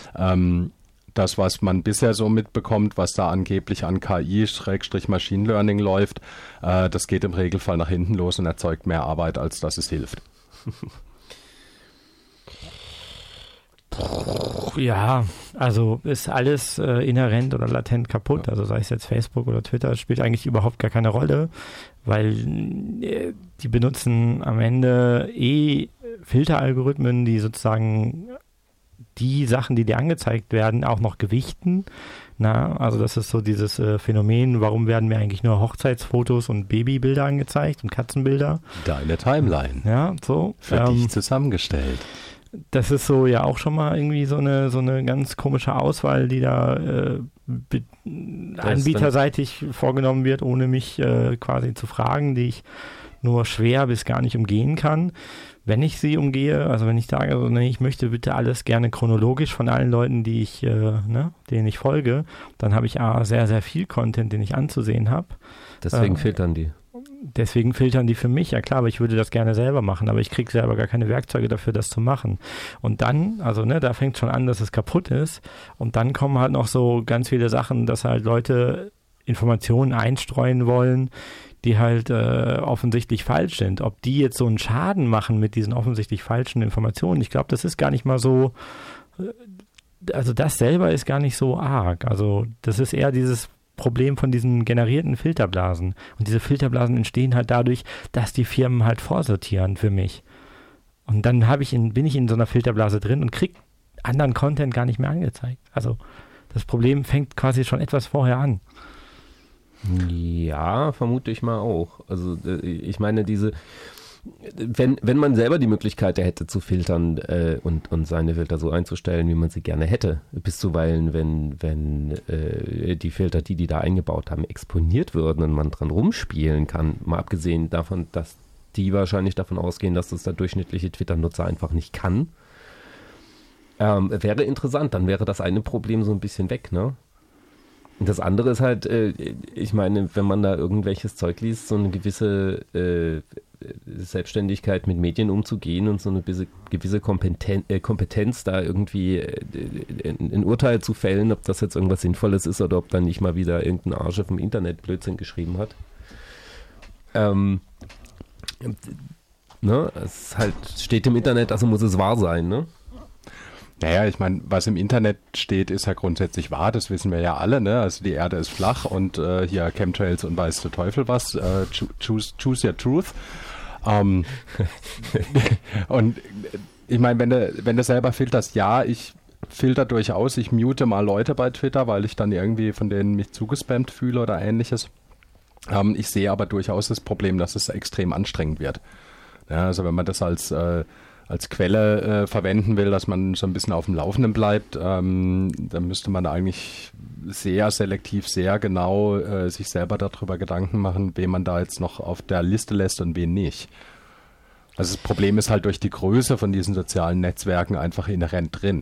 Das, was man bisher so mitbekommt, was da angeblich an KI/Machine Learning läuft, das geht im Regelfall nach hinten los und erzeugt mehr Arbeit, als dass es hilft. Ja, also ist alles inhärent oder latent kaputt. Also sei es jetzt Facebook oder Twitter, spielt eigentlich überhaupt gar keine Rolle, weil die benutzen am Ende Filteralgorithmen, die sozusagen die Sachen, die dir angezeigt werden, auch noch gewichten. Also das ist so dieses Phänomen, warum werden mir eigentlich nur Hochzeitsfotos und Babybilder angezeigt und Katzenbilder? Deine Timeline. Ja, so. Für dich zusammengestellt. Das ist so ja auch schon mal irgendwie so eine ganz komische Auswahl, die da anbieterseitig vorgenommen wird, ohne mich quasi zu fragen, die ich nur schwer bis gar nicht umgehen kann. Wenn ich sie umgehe, also wenn ich sage, also, nee, ich möchte bitte alles gerne chronologisch von allen Leuten, denen ich folge, dann habe ich sehr, sehr viel Content, den ich anzusehen habe. Deswegen filtern die. Deswegen filtern die für mich, ja klar, aber ich würde das gerne selber machen, aber ich kriege selber gar keine Werkzeuge dafür, das zu machen. Und dann, da fängt schon an, dass es kaputt ist und dann kommen halt noch so ganz viele Sachen, dass halt Leute Informationen einstreuen wollen, die halt offensichtlich falsch sind. Ob die jetzt so einen Schaden machen mit diesen offensichtlich falschen Informationen, ich glaube, das ist gar nicht mal so, also das selber ist gar nicht so arg. Also das ist eher dieses Problem von diesen generierten Filterblasen. Und diese Filterblasen entstehen halt dadurch, dass die Firmen halt vorsortieren für mich. Und dann bin ich in so einer Filterblase drin und kriege anderen Content gar nicht mehr angezeigt. Also das Problem fängt quasi schon etwas vorher an. Ja, vermute ich mal auch. Also ich meine, wenn man selber die Möglichkeit hätte zu filtern und seine Filter so einzustellen, wie man sie gerne hätte, bis zuweilen, wenn die Filter, die da eingebaut haben, exponiert würden und man dran rumspielen kann, mal abgesehen davon, dass die wahrscheinlich davon ausgehen, dass das der durchschnittliche Twitter-Nutzer einfach nicht kann, wäre interessant, dann wäre das eine Problem so ein bisschen weg, ne? Und das andere ist halt, ich meine, wenn man da irgendwelches Zeug liest, so eine gewisse Selbstständigkeit mit Medien umzugehen und so eine gewisse Kompetenz da irgendwie ein Urteil zu fällen, ob das jetzt irgendwas Sinnvolles ist oder ob dann nicht mal wieder irgendein Arsch vom Internet Blödsinn geschrieben hat. Es halt steht im Internet, also muss es wahr sein, ne? Naja, ich meine, was im Internet steht, ist ja grundsätzlich wahr, das wissen wir ja alle, ne? Also die Erde ist flach und hier Chemtrails und weiß der Teufel was, choose your truth. Und ich meine, wenn du selber filterst, ja, ich filter durchaus, ich mute mal Leute bei Twitter, weil ich dann irgendwie von denen mich zugespammt fühle oder ähnliches. Ich sehe aber durchaus das Problem, dass es extrem anstrengend wird. Ja, also wenn man das als Quelle verwenden will, dass man so ein bisschen auf dem Laufenden bleibt, dann müsste man eigentlich sehr selektiv, sehr genau sich selber darüber Gedanken machen, wen man da jetzt noch auf der Liste lässt und wen nicht. Also das Problem ist halt durch die Größe von diesen sozialen Netzwerken einfach inhärent drin.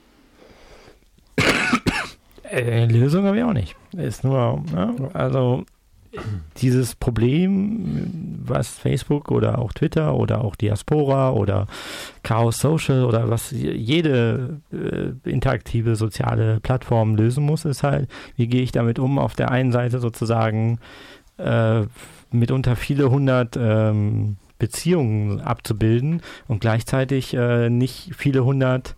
Lösung habe ich auch nicht. Ist nur, also dieses Problem, was Facebook oder auch Twitter oder auch Diaspora oder Chaos Social oder was jede interaktive soziale Plattform lösen muss, ist halt, wie gehe ich damit um, auf der einen Seite sozusagen mitunter viele hundert Beziehungen abzubilden und gleichzeitig nicht viele hundert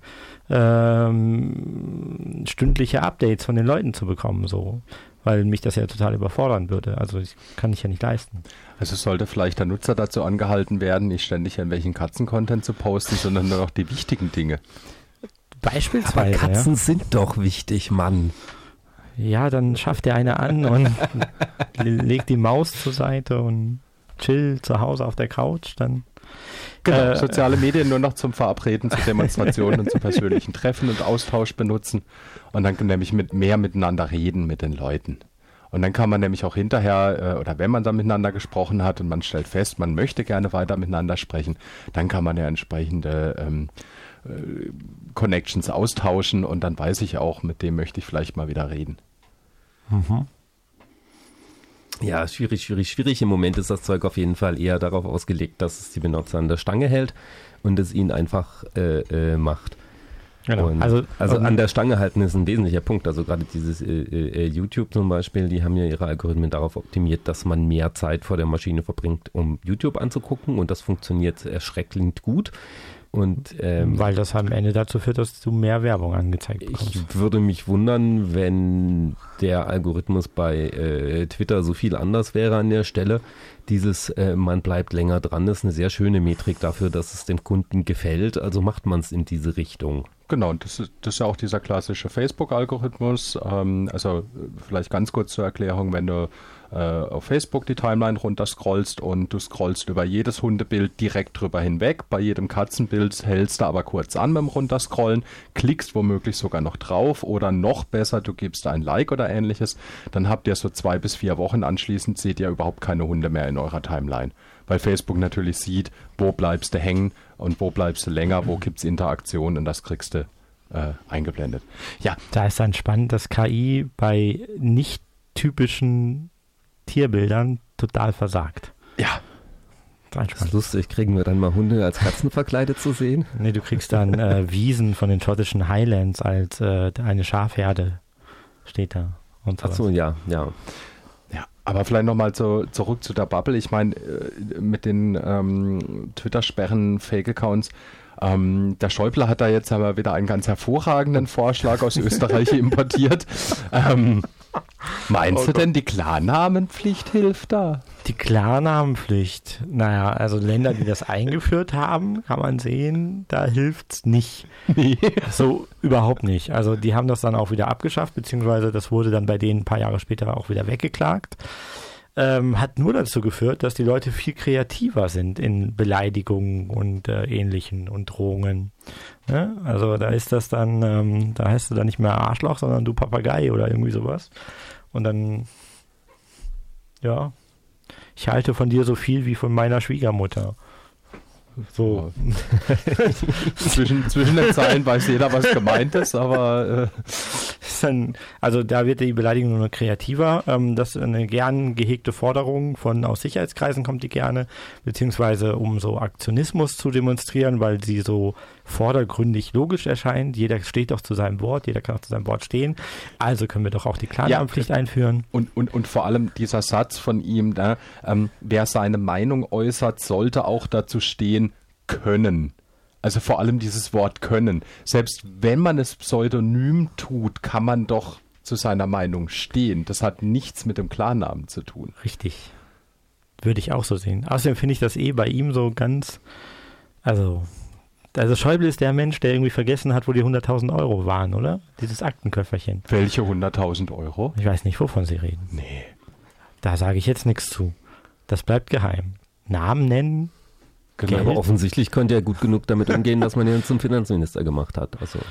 stündliche Updates von den Leuten zu bekommen, so. Weil mich das ja total überfordern würde. Also das kann ich ja nicht leisten. Also sollte vielleicht der Nutzer dazu angehalten werden, nicht ständig irgendwelchen Katzen-Content zu posten, sondern nur noch die wichtigen Dinge. Beispielsweise. Aber Katzen sind doch wichtig, Mann. Ja, dann schafft der eine an und legt die Maus zur Seite und chillt zu Hause auf der Couch. Dann genau, soziale Medien nur noch zum Verabreden, zu Demonstrationen und zu persönlichen Treffen und Austausch benutzen und dann nämlich mehr miteinander reden mit den Leuten. Und dann kann man nämlich auch hinterher, oder wenn man dann miteinander gesprochen hat und man stellt fest, man möchte gerne weiter miteinander sprechen, dann kann man ja entsprechende Connections austauschen und dann weiß ich auch, mit dem möchte ich vielleicht mal wieder reden. Mhm. Ja, schwierig. Im Moment ist das Zeug auf jeden Fall eher darauf ausgelegt, dass es die Benutzer an der Stange hält und es ihnen einfach macht. Genau. Und also an der Stange halten ist ein wesentlicher Punkt. Also gerade dieses YouTube zum Beispiel, die haben ja ihre Algorithmen darauf optimiert, dass man mehr Zeit vor der Maschine verbringt, um YouTube anzugucken, und das funktioniert erschreckend gut. Und, weil das am Ende dazu führt, dass du mehr Werbung angezeigt bekommst. Ich würde mich wundern, wenn der Algorithmus bei Twitter so viel anders wäre an der Stelle. Dieses man bleibt länger dran ist eine sehr schöne Metrik dafür, dass es dem Kunden gefällt, also macht man es in diese Richtung. Genau, und das ist ja auch dieser klassische Facebook-Algorithmus. Also vielleicht ganz kurz zur Erklärung, wenn du auf Facebook die Timeline runterscrollst und du scrollst über jedes Hundebild direkt drüber hinweg, bei jedem Katzenbild hältst du aber kurz an beim Runterscrollen, klickst womöglich sogar noch drauf oder noch besser, du gibst ein Like oder ähnliches, dann habt ihr so 2 bis 4 Wochen anschließend, seht ihr überhaupt keine Hunde mehr in eurer Timeline. Weil Facebook natürlich sieht, wo bleibst du hängen und wo bleibst du länger, wo gibt es Interaktion, und das kriegst du eingeblendet. Ja. Da ist dann spannend, dass KI bei nicht typischen Tierbildern total versagt. Ja. Das ist lustig, kriegen wir dann mal Hunde als Katzen verkleidet zu sehen? Nee, du kriegst dann Wiesen von den schottischen Highlands als eine Schafherde steht da. Und ach so, ja. Ja, aber vielleicht nochmal zurück zu der Bubble. Ich meine, mit den Twitter-Sperren, Fake-Accounts, der Schäuble hat da jetzt aber wieder einen ganz hervorragenden Vorschlag aus Österreich importiert. Meinst du denn, die Klarnamenpflicht hilft da? Die Klarnamenpflicht, naja, also Länder, die das eingeführt haben, kann man sehen, da hilft's nicht. Nee. So überhaupt nicht. Also die haben das dann auch wieder abgeschafft, beziehungsweise das wurde dann bei denen ein paar Jahre später auch wieder weggeklagt. Hat nur dazu geführt, dass die Leute viel kreativer sind in Beleidigungen und Ähnlichen und Drohungen. Ne? Also da ist das dann, da heißt du dann nicht mehr Arschloch, sondern du Papagei oder irgendwie sowas. Und dann, ja, ich halte von dir so viel wie von meiner Schwiegermutter. So. Zwischen den Zeilen weiß jeder, was gemeint ist, aber also da wird die Beleidigung nur kreativer. Das ist eine gern gehegte Forderung aus Sicherheitskreisen, kommt die gerne, beziehungsweise um so Aktionismus zu demonstrieren, weil sie so vordergründig logisch erscheint. Jeder steht doch zu seinem Wort, jeder kann auch zu seinem Wort stehen. Also können wir doch auch die Klarnamenpflicht einführen. Und vor allem dieser Satz von ihm, wer seine Meinung äußert, sollte auch dazu stehen können. Also vor allem dieses Wort können. Selbst wenn man es pseudonym tut, kann man doch zu seiner Meinung stehen. Das hat nichts mit dem Klarnamen zu tun. Richtig. Würde ich auch so sehen. Außerdem finde ich das bei ihm so ganz, also Schäuble ist der Mensch, der irgendwie vergessen hat, wo die 100.000 Euro waren, oder? Dieses Aktenköfferchen. Welche 100.000 Euro? Ich weiß nicht, wovon Sie reden. Nee. Da sage ich jetzt nichts zu. Das bleibt geheim. Namen nennen. Genau, aber offensichtlich konnte er gut genug damit umgehen, dass man ihn zum Finanzminister gemacht hat. Also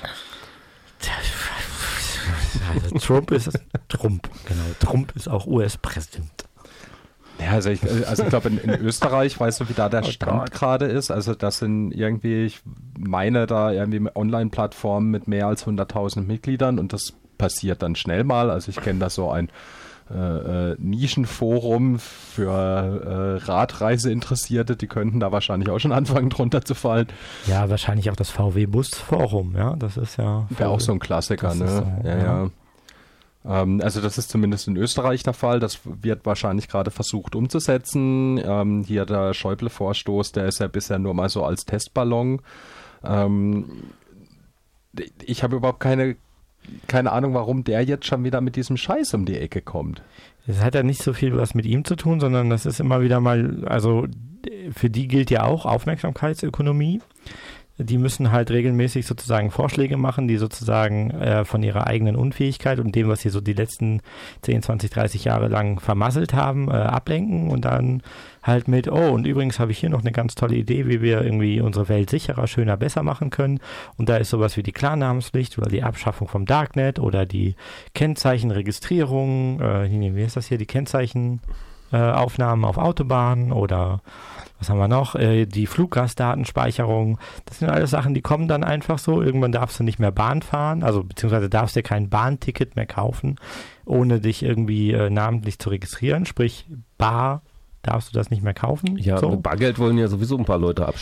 Trump ist Trump, genau. Trump ist auch US-Präsident. Ja, also ich glaube in Österreich, weißt du, wie da der Stand gerade ist? Also das sind irgendwie, ich meine da irgendwie Online-Plattformen mit mehr als 100.000 Mitgliedern, und das passiert dann schnell mal. Also ich kenne da so ein Nischenforum für Radreiseinteressierte, die könnten da wahrscheinlich auch schon anfangen, drunter zu fallen. Ja, wahrscheinlich auch das VW-Bus-Forum, ja, das ist ja... Wäre auch so ein Klassiker, ne? So, ja. Also das ist zumindest in Österreich der Fall, das wird wahrscheinlich gerade versucht umzusetzen. Hier der Schäuble-Vorstoß, der ist ja bisher nur mal so als Testballon. Ich habe überhaupt keine Ahnung, warum der jetzt schon wieder mit diesem Scheiß um die Ecke kommt. Das hat ja nicht so viel was mit ihm zu tun, sondern das ist immer wieder mal, also für die gilt ja auch Aufmerksamkeitsökonomie. Die müssen halt regelmäßig sozusagen Vorschläge machen, die sozusagen von ihrer eigenen Unfähigkeit und dem, was sie so die letzten 10, 20, 30 Jahre lang vermasselt haben, ablenken und dann halt mit, und übrigens habe ich hier noch eine ganz tolle Idee, wie wir irgendwie unsere Welt sicherer, schöner, besser machen können. Und da ist sowas wie die Klarnamenspflicht oder die Abschaffung vom Darknet oder die Kennzeichenregistrierung, wie ist das hier, die Kennzeichenaufnahmen auf Autobahnen oder was haben wir noch? Die Fluggastdatenspeicherung. Das sind alles Sachen, die kommen dann einfach so. Irgendwann darfst du nicht mehr Bahn fahren, also beziehungsweise darfst dir kein Bahnticket mehr kaufen, ohne dich irgendwie namentlich zu registrieren. Sprich, bar darfst du das nicht mehr kaufen. Ja, so. Bargeld wollen ja sowieso ein paar Leute abschaffen.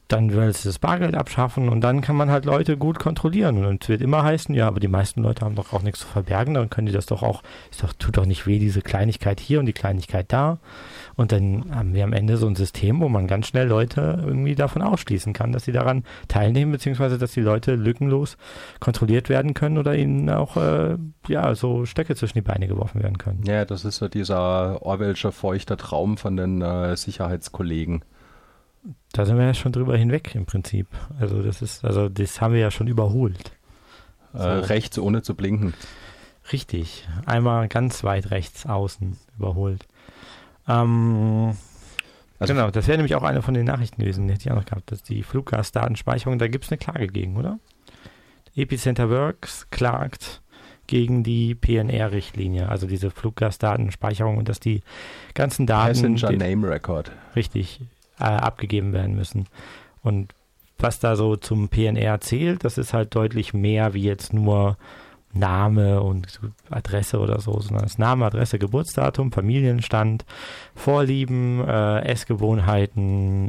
dann will sie das Bargeld abschaffen und dann kann man halt Leute gut kontrollieren. Und es wird immer heißen, ja, aber die meisten Leute haben doch auch nichts zu verbergen, dann können die das doch auch, tut doch nicht weh, diese Kleinigkeit hier und die Kleinigkeit da. Und dann haben wir am Ende so ein System, wo man ganz schnell Leute irgendwie davon ausschließen kann, dass sie daran teilnehmen, beziehungsweise dass die Leute lückenlos kontrolliert werden können oder ihnen auch so Stöcke zwischen die Beine geworfen werden können. Ja, das ist so dieser Orwellsche feuchter Traum von den Sicherheitskollegen. Da sind wir ja schon drüber hinweg im Prinzip. Das haben wir ja schon überholt. Rechts ohne zu blinken. Richtig. Einmal ganz weit rechts außen überholt. Genau, das wäre nämlich auch eine von den Nachrichten gewesen, die hätte ich auch noch gehabt, dass die Fluggastdatenspeicherung, da gibt es eine Klage gegen, oder? Epicenter Works klagt gegen die PNR-Richtlinie, also diese Fluggastdatenspeicherung und dass die ganzen Daten Passenger Name Record. Richtig abgegeben werden müssen. Und was da so zum PNR zählt, das ist halt deutlich mehr wie jetzt nur Name und Adresse oder so, sondern das Name, Adresse, Geburtsdatum, Familienstand, Vorlieben, Essgewohnheiten,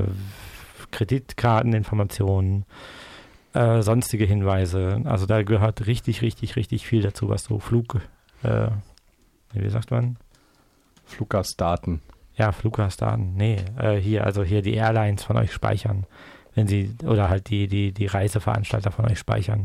Kreditkarteninformationen, sonstige Hinweise. Also da gehört richtig, richtig, richtig viel dazu, was so wie sagt man? Fluggastdaten. Ja, Fluggastdaten. Nee, hier die Airlines von euch speichern, wenn sie, oder halt die Reiseveranstalter von euch speichern.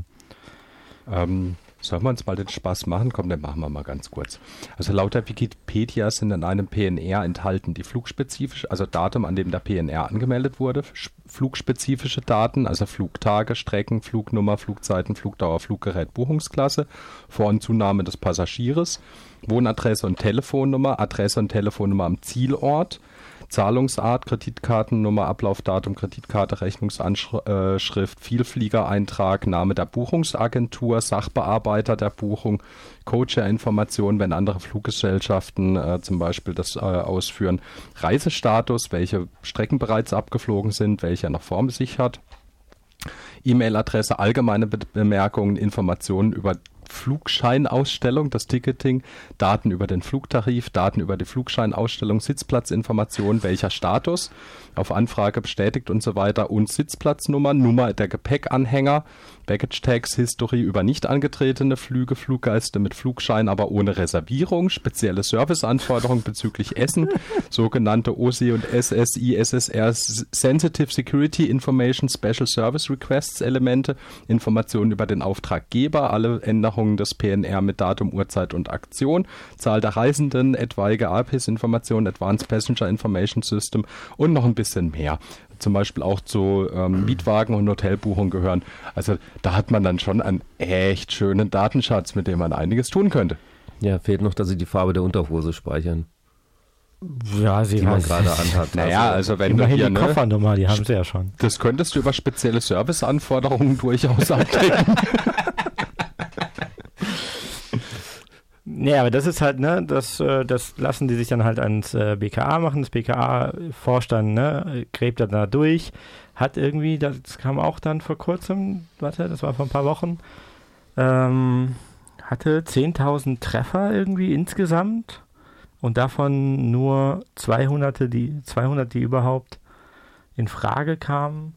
Sollen wir uns mal den Spaß machen? Komm, den machen wir mal ganz kurz. Also laut der Wikipedia sind in einem PNR enthalten die flugspezifische, also Datum, an dem der PNR angemeldet wurde, flugspezifische Daten, also Flugtage, Strecken, Flugnummer, Flugzeiten, Flugdauer, Fluggerät, Buchungsklasse, Vor- und Zunahme des Passagiers, Wohnadresse und Telefonnummer, Adresse und Telefonnummer am Zielort, Zahlungsart, Kreditkartennummer, Ablaufdatum, Kreditkarte, Rechnungsanschrift, Vielfliegereintrag, Name der Buchungsagentur, Sachbearbeiter der Buchung, Co-Chair-Informationen, wenn andere Fluggesellschaften zum Beispiel das ausführen, Reisestatus, welche Strecken bereits abgeflogen sind, welche er noch vor sich hat, E-Mail-Adresse, allgemeine Bemerkungen, Informationen über Flugscheinausstellung, das Ticketing, Daten über den Flugtarif, Daten über die Flugscheinausstellung, Sitzplatzinformation, welcher Status, auf Anfrage bestätigt und so weiter und Sitzplatznummer, Nummer der Gepäckanhänger, Baggage Tags, History über nicht angetretene Flüge, Fluggäste mit Flugschein, aber ohne Reservierung, spezielle Serviceanforderungen bezüglich Essen, sogenannte OSI und SSI, SSR, Sensitive Security Information, Special Service Requests Elemente, Informationen über den Auftraggeber, alle Änderungen des PNR mit Datum, Uhrzeit und Aktion, Zahl der Reisenden, etwaige APIS-Informationen, Advanced Passenger Information System und noch ein bisschen mehr. Zum Beispiel auch zu Mietwagen und Hotelbuchungen gehören. Also da hat man dann schon einen echt schönen Datenschatz, mit dem man einiges tun könnte. Ja, fehlt noch, dass sie die Farbe der Unterhose speichern. Ja, die man gerade anhat. Naja, also wenn immerhin du hier, die Koffernummer, die haben sie ja schon. Das könntest du über spezielle Serviceanforderungen durchaus abdecken. Ja, aber das ist halt, ne, das lassen die sich dann halt ans BKA machen. Das BKA forscht dann, ne, gräbt dann da durch, hat irgendwie, das kam auch dann vor kurzem, das war vor ein paar Wochen, hatte 10.000 Treffer irgendwie insgesamt und davon nur 200, die überhaupt in Frage kamen,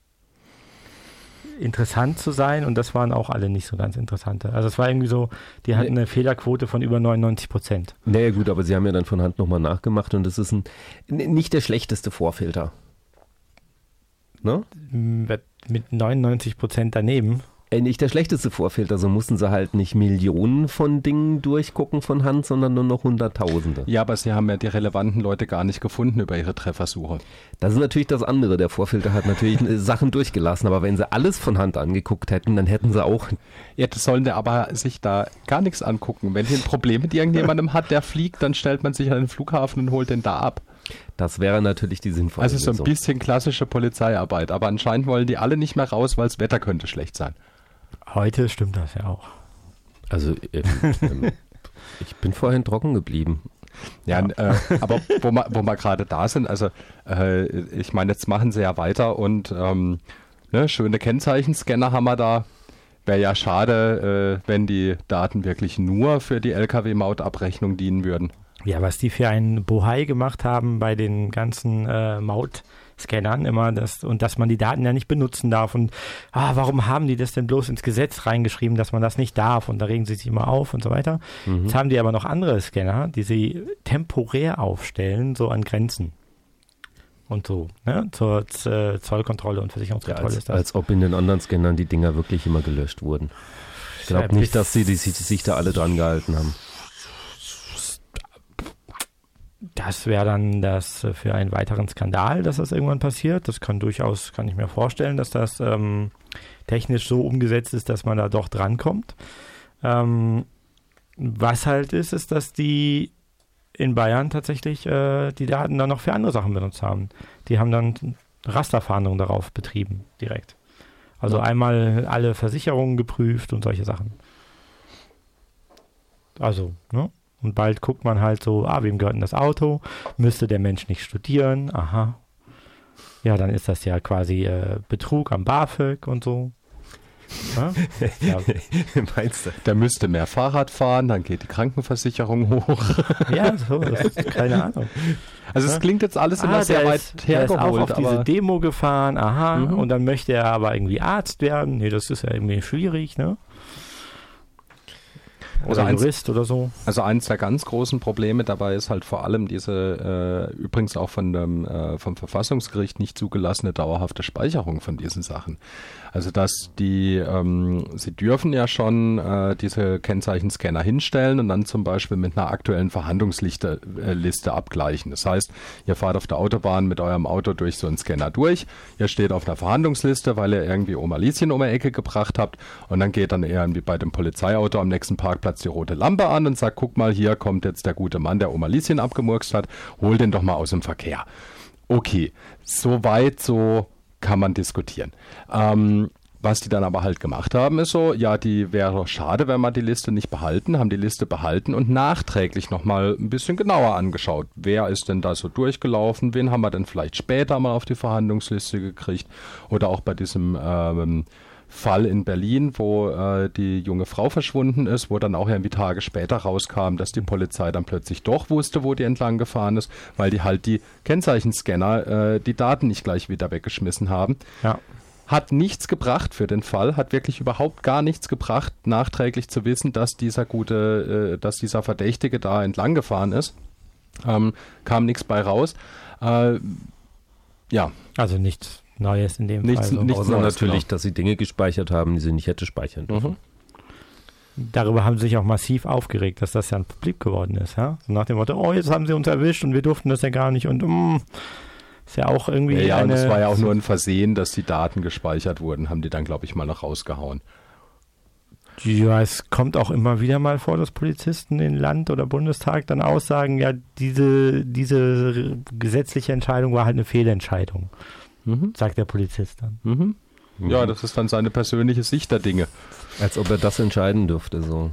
interessant zu sein, und das waren auch alle nicht so ganz interessante. Also es war irgendwie so, die hatten eine Fehlerquote von über 99%. Naja gut, aber sie haben ja dann von Hand nochmal nachgemacht und das ist nicht der schlechteste Vorfilter. Ne? Mit 99% daneben. Nicht der schlechteste Vorfilter, so mussten sie halt nicht Millionen von Dingen durchgucken von Hand, sondern nur noch Hunderttausende. Ja, aber sie haben ja die relevanten Leute gar nicht gefunden über ihre Treffersuche. Das ist natürlich das andere. Der Vorfilter hat natürlich Sachen durchgelassen, aber wenn sie alles von Hand angeguckt hätten, dann hätten sie auch... Ja, das sollen die aber sich da gar nichts angucken. Wenn die ein Problem mit irgendjemandem hat, der fliegt, dann stellt man sich an den Flughafen und holt den da ab. Das wäre natürlich die sinnvolle Also so ein bisschen klassische Polizeiarbeit, aber anscheinend wollen die alle nicht mehr raus, weil das Wetter könnte schlecht sein. Heute stimmt das ja auch. Also ich bin vorhin trocken geblieben. Ja, aber wo wir gerade da sind, also ich meine, jetzt machen sie ja weiter und schöne Kennzeichenscanner haben wir da. Wäre ja schade, wenn die Daten wirklich nur für die Lkw-Mautabrechnung dienen würden. Ja, was die für einen Bohai gemacht haben bei den ganzen Mautscannern immer, dass man die Daten ja nicht benutzen darf und warum haben die das denn bloß ins Gesetz reingeschrieben, dass man das nicht darf und da regen sie sich immer auf und so weiter. Jetzt haben die aber noch andere Scanner, die sie temporär aufstellen, so an Grenzen und so, ne? Zur Zollkontrolle und Versicherungskontrolle ist das. Als ob in den anderen Scannern die Dinger wirklich immer gelöscht wurden. Ich glaube nicht, dass sie sich da alle dran gehalten haben. Das wäre dann das für einen weiteren Skandal, dass das irgendwann passiert. Das kann ich mir vorstellen, dass das technisch so umgesetzt ist, dass man da doch drankommt. Was halt ist, dass die in Bayern tatsächlich die Daten dann noch für andere Sachen benutzt haben. Die haben dann Rasterfahndung darauf betrieben, direkt. Also einmal alle Versicherungen geprüft und solche Sachen. Also, ne? Und bald guckt man halt so, wem gehört denn das Auto? Müsste der Mensch nicht studieren? Aha. Ja, dann ist das ja quasi Betrug am BAföG und so. Ja. Meinst du? Der müsste mehr Fahrrad fahren, dann geht die Krankenversicherung hoch. Ja, so, keine Ahnung. Also es klingt jetzt alles immer sehr weit hergeholt. Der ist auch auf diese Demo gefahren, und dann möchte er aber irgendwie Arzt werden. Nee, das ist ja irgendwie schwierig, ne? Oder Jurist oder so. Also eins der ganz großen Probleme dabei ist halt vor allem diese, übrigens auch vom Verfassungsgericht nicht zugelassene dauerhafte Speicherung von diesen Sachen. Also dass sie dürfen ja schon diese Kennzeichenscanner hinstellen und dann zum Beispiel mit einer aktuellen Verhandlungsliste abgleichen. Das heißt, ihr fahrt auf der Autobahn mit eurem Auto durch so einen Scanner durch, ihr steht auf einer Verhandlungsliste, weil ihr irgendwie Oma Lieschen um die Ecke gebracht habt und dann geht dann irgendwie bei dem Polizeiauto am nächsten Parkplatz die rote Lampe an und sagt, guck mal, hier kommt jetzt der gute Mann, der Oma Lieschen abgemurkst hat, hol den doch mal aus dem Verkehr. Okay, so kann man diskutieren. Was die dann aber halt gemacht haben, ist so, ja, die wäre doch schade, wenn wir die Liste nicht behalten, haben die Liste behalten und nachträglich nochmal ein bisschen genauer angeschaut. Wer ist denn da so durchgelaufen? Wen haben wir denn vielleicht später mal auf die Verhandlungsliste gekriegt? Oder auch bei diesem Fall in Berlin, wo die junge Frau verschwunden ist, wo dann auch irgendwie Tage später rauskam, dass die Polizei dann plötzlich doch wusste, wo die entlang gefahren ist, weil die halt die Kennzeichenscanner die Daten nicht gleich wieder weggeschmissen haben. Ja. Hat nichts gebracht für den Fall, hat wirklich überhaupt gar nichts gebracht, nachträglich zu wissen, dass dieser Verdächtige da entlang gefahren ist. Kam nichts bei raus. Ja. Also nichts Neues in dem Fall. Nichts Neues, natürlich, dass sie Dinge gespeichert haben, die sie nicht hätte speichern dürfen. Darüber haben sie sich auch massiv aufgeregt, dass das ja publik geworden ist. Ja? So nach dem Motto, jetzt haben sie uns erwischt und wir durften das ja gar nicht und ist ja auch irgendwie Ja, und es war ja auch nur ein Versehen, dass die Daten gespeichert wurden, haben die dann, glaube ich, mal noch rausgehauen. Ja, es kommt auch immer wieder mal vor, dass Polizisten in Land- oder Bundestag dann aussagen, ja, diese gesetzliche Entscheidung war halt eine Fehlentscheidung, sagt der Polizist dann. Ja, das ist dann seine persönliche Sicht der Dinge. Als ob er das entscheiden dürfte, so.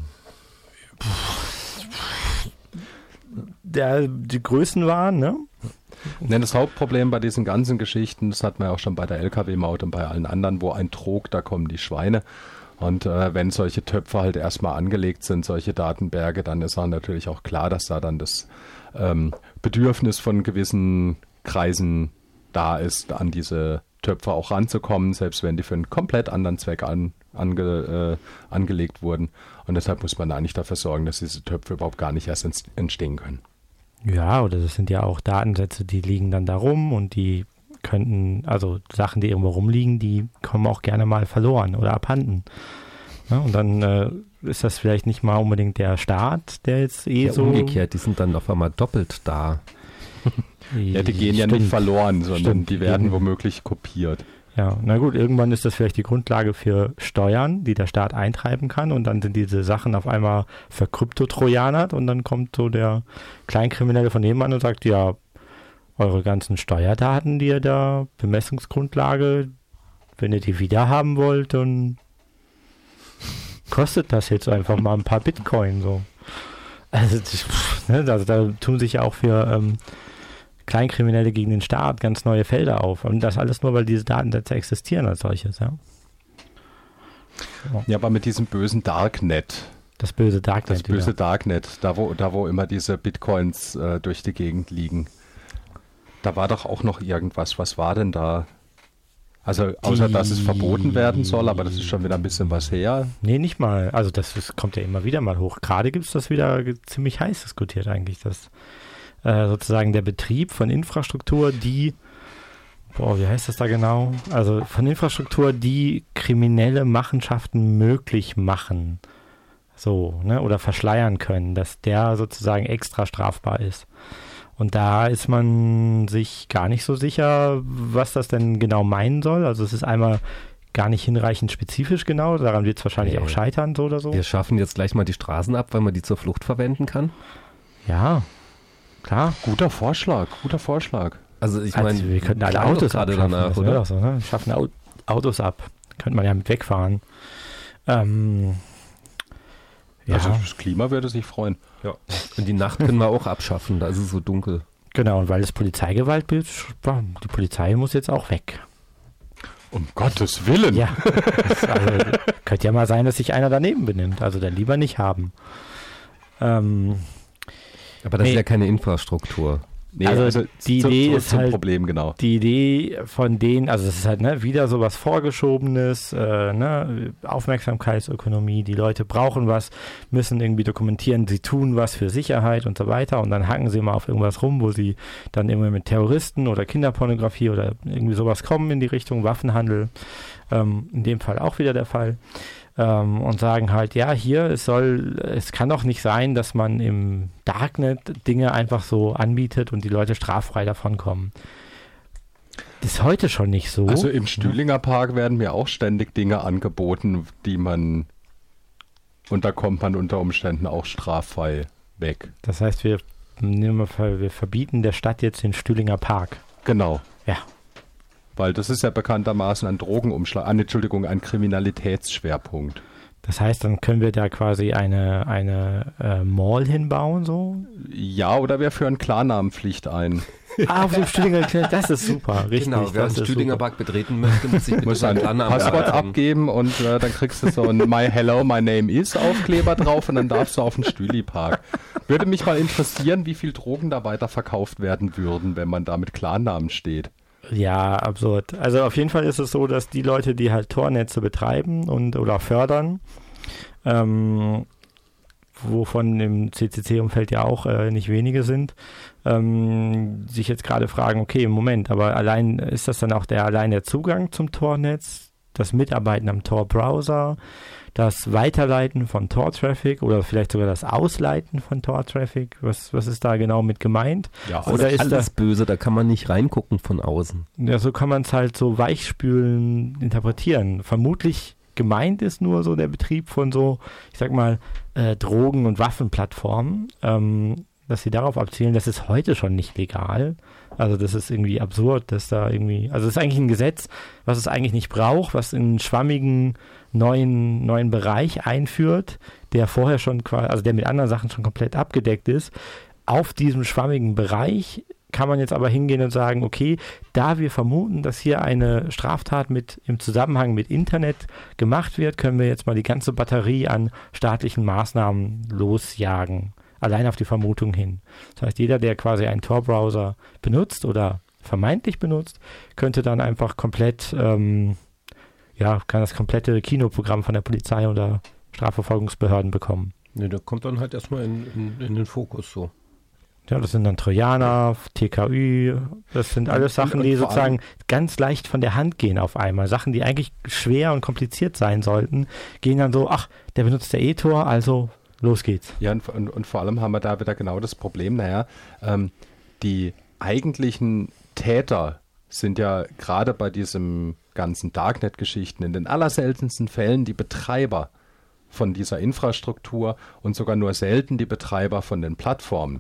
Die Größen waren, ne? Das Hauptproblem bei diesen ganzen Geschichten, das hat man ja auch schon bei der LKW-Maut und bei allen anderen, wo ein Trog, da kommen die Schweine. Und wenn solche Töpfe halt erstmal angelegt sind, solche Datenberge, dann ist auch natürlich auch klar, dass da dann das Bedürfnis von gewissen Kreisen da ist, an diese Töpfe auch ranzukommen, selbst wenn die für einen komplett anderen Zweck angelegt wurden. Und deshalb muss man eigentlich dafür sorgen, dass diese Töpfe überhaupt gar nicht erst entstehen können. Ja, oder das sind ja auch Datensätze, die liegen dann da rum und die könnten, also Sachen, die irgendwo rumliegen, die kommen auch gerne mal verloren oder abhanden. Ja, und dann ist das vielleicht nicht mal unbedingt der Staat, der jetzt so... Umgekehrt, die sind dann auf einmal doppelt da. Ja, die gehen ja nicht verloren, sondern die werden womöglich kopiert. Ja, na gut, irgendwann ist das vielleicht die Grundlage für Steuern, die der Staat eintreiben kann und dann sind diese Sachen auf einmal verkryptotrojanert und dann kommt so der Kleinkriminelle von nebenan und sagt, ja, eure ganzen Steuerdaten, die ihr da, Bemessungsgrundlage, wenn ihr die wieder haben wollt, dann kostet das jetzt einfach mal ein paar Bitcoin, so. Also da tun sich ja auch für Kleinkriminelle gegen den Staat ganz neue Felder auf. Und das alles nur, weil diese Datensätze existieren als solches, ja. Ja, aber mit diesem bösen Darknet, Das böse Darknet. Das böse Darknet, da wo immer diese Bitcoins durch die Gegend liegen. Da war doch auch noch irgendwas. Was war denn da? Also außer, dass es verboten werden soll, aber das ist schon wieder ein bisschen was her. Nee, nicht mal. Also kommt ja immer wieder mal hoch. Gerade gibt es das wieder ziemlich heiß diskutiert eigentlich, dass sozusagen der Betrieb von Infrastruktur, wie heißt das da genau? Also von Infrastruktur, die kriminelle Machenschaften möglich machen, so, ne, oder verschleiern können, dass der sozusagen extra strafbar ist. Und da ist man sich gar nicht so sicher, was das denn genau meinen soll. Also es ist einmal gar nicht hinreichend spezifisch genau, daran wird es wahrscheinlich auch scheitern, so oder so. Wir schaffen jetzt gleich mal die Straßen ab, weil man die zur Flucht verwenden kann. Ja, klar. Guter Vorschlag. Also ich meine, wir könnten alle Autos gerade abschaffen, danach, das oder? So, ne? Wir schaffen Autos ab. Könnte man ja mit wegfahren. Ja. Also das Klima würde sich freuen. Ja. Und die Nacht können wir auch abschaffen, da ist es so dunkel. Genau, und weil das Polizeigewalt wird, die Polizei muss jetzt auch weg. Um Gottes Willen. Ja, könnte ja mal sein, dass sich einer daneben benimmt. Also dann lieber nicht haben. Aber das ist ja keine Infrastruktur. Nee, also die Idee ist zum halt Problem, genau. Die Idee von denen, also es ist halt wieder sowas Vorgeschobenes, Aufmerksamkeitsökonomie, die Leute brauchen was, müssen irgendwie dokumentieren, sie tun was für Sicherheit und so weiter und dann hacken sie mal auf irgendwas rum, wo sie dann immer mit Terroristen oder Kinderpornografie oder irgendwie sowas kommen in die Richtung Waffenhandel, in dem Fall auch wieder der Fall. Und sagen halt, ja, es kann doch nicht sein, dass man im Darknet Dinge einfach so anbietet und die Leute straffrei davon kommen. Das ist heute schon nicht so. Also im Stühlinger Park werden mir auch ständig Dinge angeboten, und da kommt man unter Umständen auch straffrei weg. Das heißt, wir verbieten der Stadt jetzt den Stühlinger Park. Genau. Ja. Weil das ist ja bekanntermaßen ein ein Kriminalitätsschwerpunkt. Das heißt, dann können wir da quasi eine Mall hinbauen, so? Ja, oder wir führen Klarnamenpflicht ein. Auf dem Stühlinger, das ist super, richtig. Genau, wer den Stühlinger Park betreten möchte, muss sich muss ein Passwort abgeben und dann kriegst du so ein My Name is Aufkleber drauf und dann darfst du auf den Stühli-Park. Würde mich mal interessieren, wie viel Drogen da weiterverkauft werden würden, wenn man da mit Klarnamen steht. Ja, absurd. Also auf jeden Fall ist es so, dass die Leute, die halt Tor-Netze betreiben oder fördern, wovon im CCC-Umfeld ja auch nicht wenige sind, sich jetzt gerade fragen, okay, Moment, aber allein ist das dann auch der Zugang zum Tor-Netz, das Mitarbeiten am Tor-Browser, das Weiterleiten von Tor-Traffic oder vielleicht sogar das Ausleiten von Tor-Traffic? Was ist da genau mit gemeint? Ja, oder ist alles böse, da kann man nicht reingucken von außen. Ja, so kann man es halt so weichspülen interpretieren. Vermutlich gemeint ist nur so der Betrieb von so, ich sag mal, Drogen- und Waffenplattformen, dass sie darauf abzielen, das ist heute schon nicht legal. Also das ist irgendwie absurd, dass da irgendwie, also es ist eigentlich ein Gesetz, was es eigentlich nicht braucht, was in einen schwammigen neuen Bereich einführt, der vorher schon quasi, also der mit anderen Sachen schon komplett abgedeckt ist. Auf diesem schwammigen Bereich kann man jetzt aber hingehen und sagen, okay, da wir vermuten, dass hier eine Straftat im Zusammenhang mit Internet gemacht wird, können wir jetzt mal die ganze Batterie an staatlichen Maßnahmen losjagen. Allein auf die Vermutung hin. Das heißt, jeder, der quasi einen Tor-Browser benutzt oder vermeintlich benutzt, könnte dann einfach komplett, kann das komplette Kinoprogramm von der Polizei oder Strafverfolgungsbehörden bekommen. Ne, der kommt dann halt erstmal in den Fokus so. Ja, das sind dann Trojaner, TKÜ, das sind alles Sachen, die sozusagen ganz leicht von der Hand gehen auf einmal. Sachen, die eigentlich schwer und kompliziert sein sollten, gehen dann so, ach, der benutzt der E-Tor, also los geht's. Ja, und vor allem haben wir da wieder genau das Problem, die eigentlichen Täter sind ja gerade bei diesem ganzen Darknet-Geschichten in den allerseltensten Fällen die Betreiber von dieser Infrastruktur und sogar nur selten die Betreiber von den Plattformen.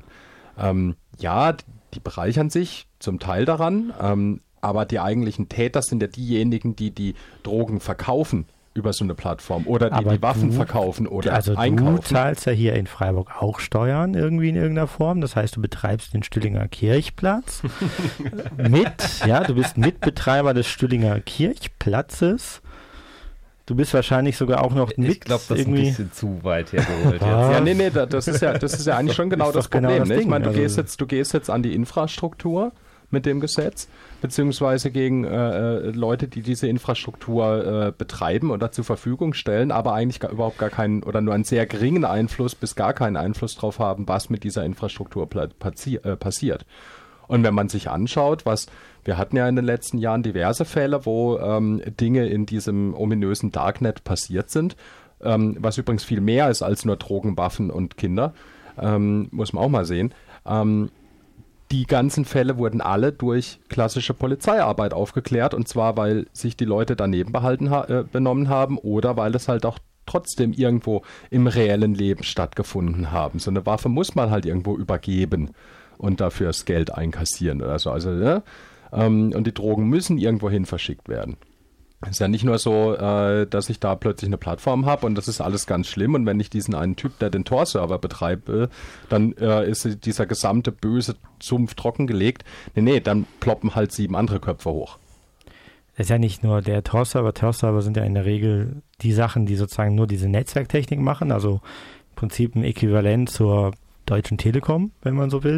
Die bereichern sich zum Teil daran, aber die eigentlichen Täter sind ja diejenigen, die die Drogen verkaufen über so eine Plattform oder die Waffen verkaufen oder einkaufen. Du zahlst ja hier in Freiburg auch Steuern irgendwie in irgendeiner Form. Das heißt, du betreibst den Stühlinger Kirchplatz du bist Mitbetreiber des Stühlinger Kirchplatzes. Du bist wahrscheinlich sogar auch noch mit. Ich glaube, das ist ein bisschen zu weit hergeholt. Ja, nee, das ist ja eigentlich schon genau das Problem. das Ne? Ich Ding. meine, du Also- gehst jetzt an die Infrastruktur mit dem Gesetz, beziehungsweise gegen Leute, die diese Infrastruktur betreiben oder zur Verfügung stellen, aber eigentlich überhaupt gar keinen oder nur einen sehr geringen Einfluss bis gar keinen Einfluss drauf haben, was mit dieser Infrastruktur passiert. Und wenn man sich anschaut, wir hatten ja in den letzten Jahren diverse Fälle, wo Dinge in diesem ominösen Darknet passiert sind, was übrigens viel mehr ist als nur Drogen, Waffen und Kinder, muss man auch mal sehen. Die ganzen Fälle wurden alle durch klassische Polizeiarbeit aufgeklärt, und zwar, weil sich die Leute daneben benommen haben oder weil es halt auch trotzdem irgendwo im reellen Leben stattgefunden haben. So eine Waffe muss man halt irgendwo übergeben und dafür das Geld einkassieren oder so. Also, ne? Und die Drogen müssen irgendwohin verschickt werden. Es ist ja nicht nur so, dass ich da plötzlich eine Plattform habe und das ist alles ganz schlimm, und wenn ich diesen einen Typ, der den Tor-Server betreibe, dann ist dieser gesamte böse Sumpf trockengelegt. Nee, dann ploppen halt 7 andere Köpfe hoch. Das ist ja nicht nur der Tor-Server. Tor-Server sind ja in der Regel die Sachen, die sozusagen nur diese Netzwerktechnik machen, also im Prinzip ein Äquivalent zur Deutschen Telekom, wenn man so will.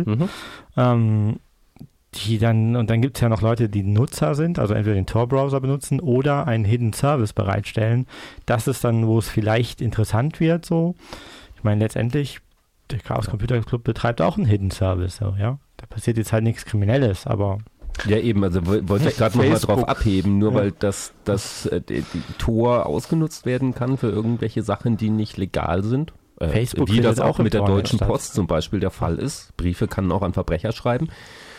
Und dann gibt es ja noch Leute, die Nutzer sind, also entweder den Tor-Browser benutzen oder einen Hidden Service bereitstellen. Das ist dann, wo es vielleicht interessant wird, so. Ich meine, letztendlich, der Chaos Computer Club betreibt auch einen Hidden Service, so, ja. Da passiert jetzt halt nichts Kriminelles, aber... Ja, eben, also wollte ich gerade nochmal drauf abheben, nur weil die Tor ausgenutzt werden kann für irgendwelche Sachen, die nicht legal sind. Facebook wie das findet auch mit der im Tor Deutschen statt. Post zum Beispiel der Fall ist. Briefe kann auch an Verbrecher schreiben.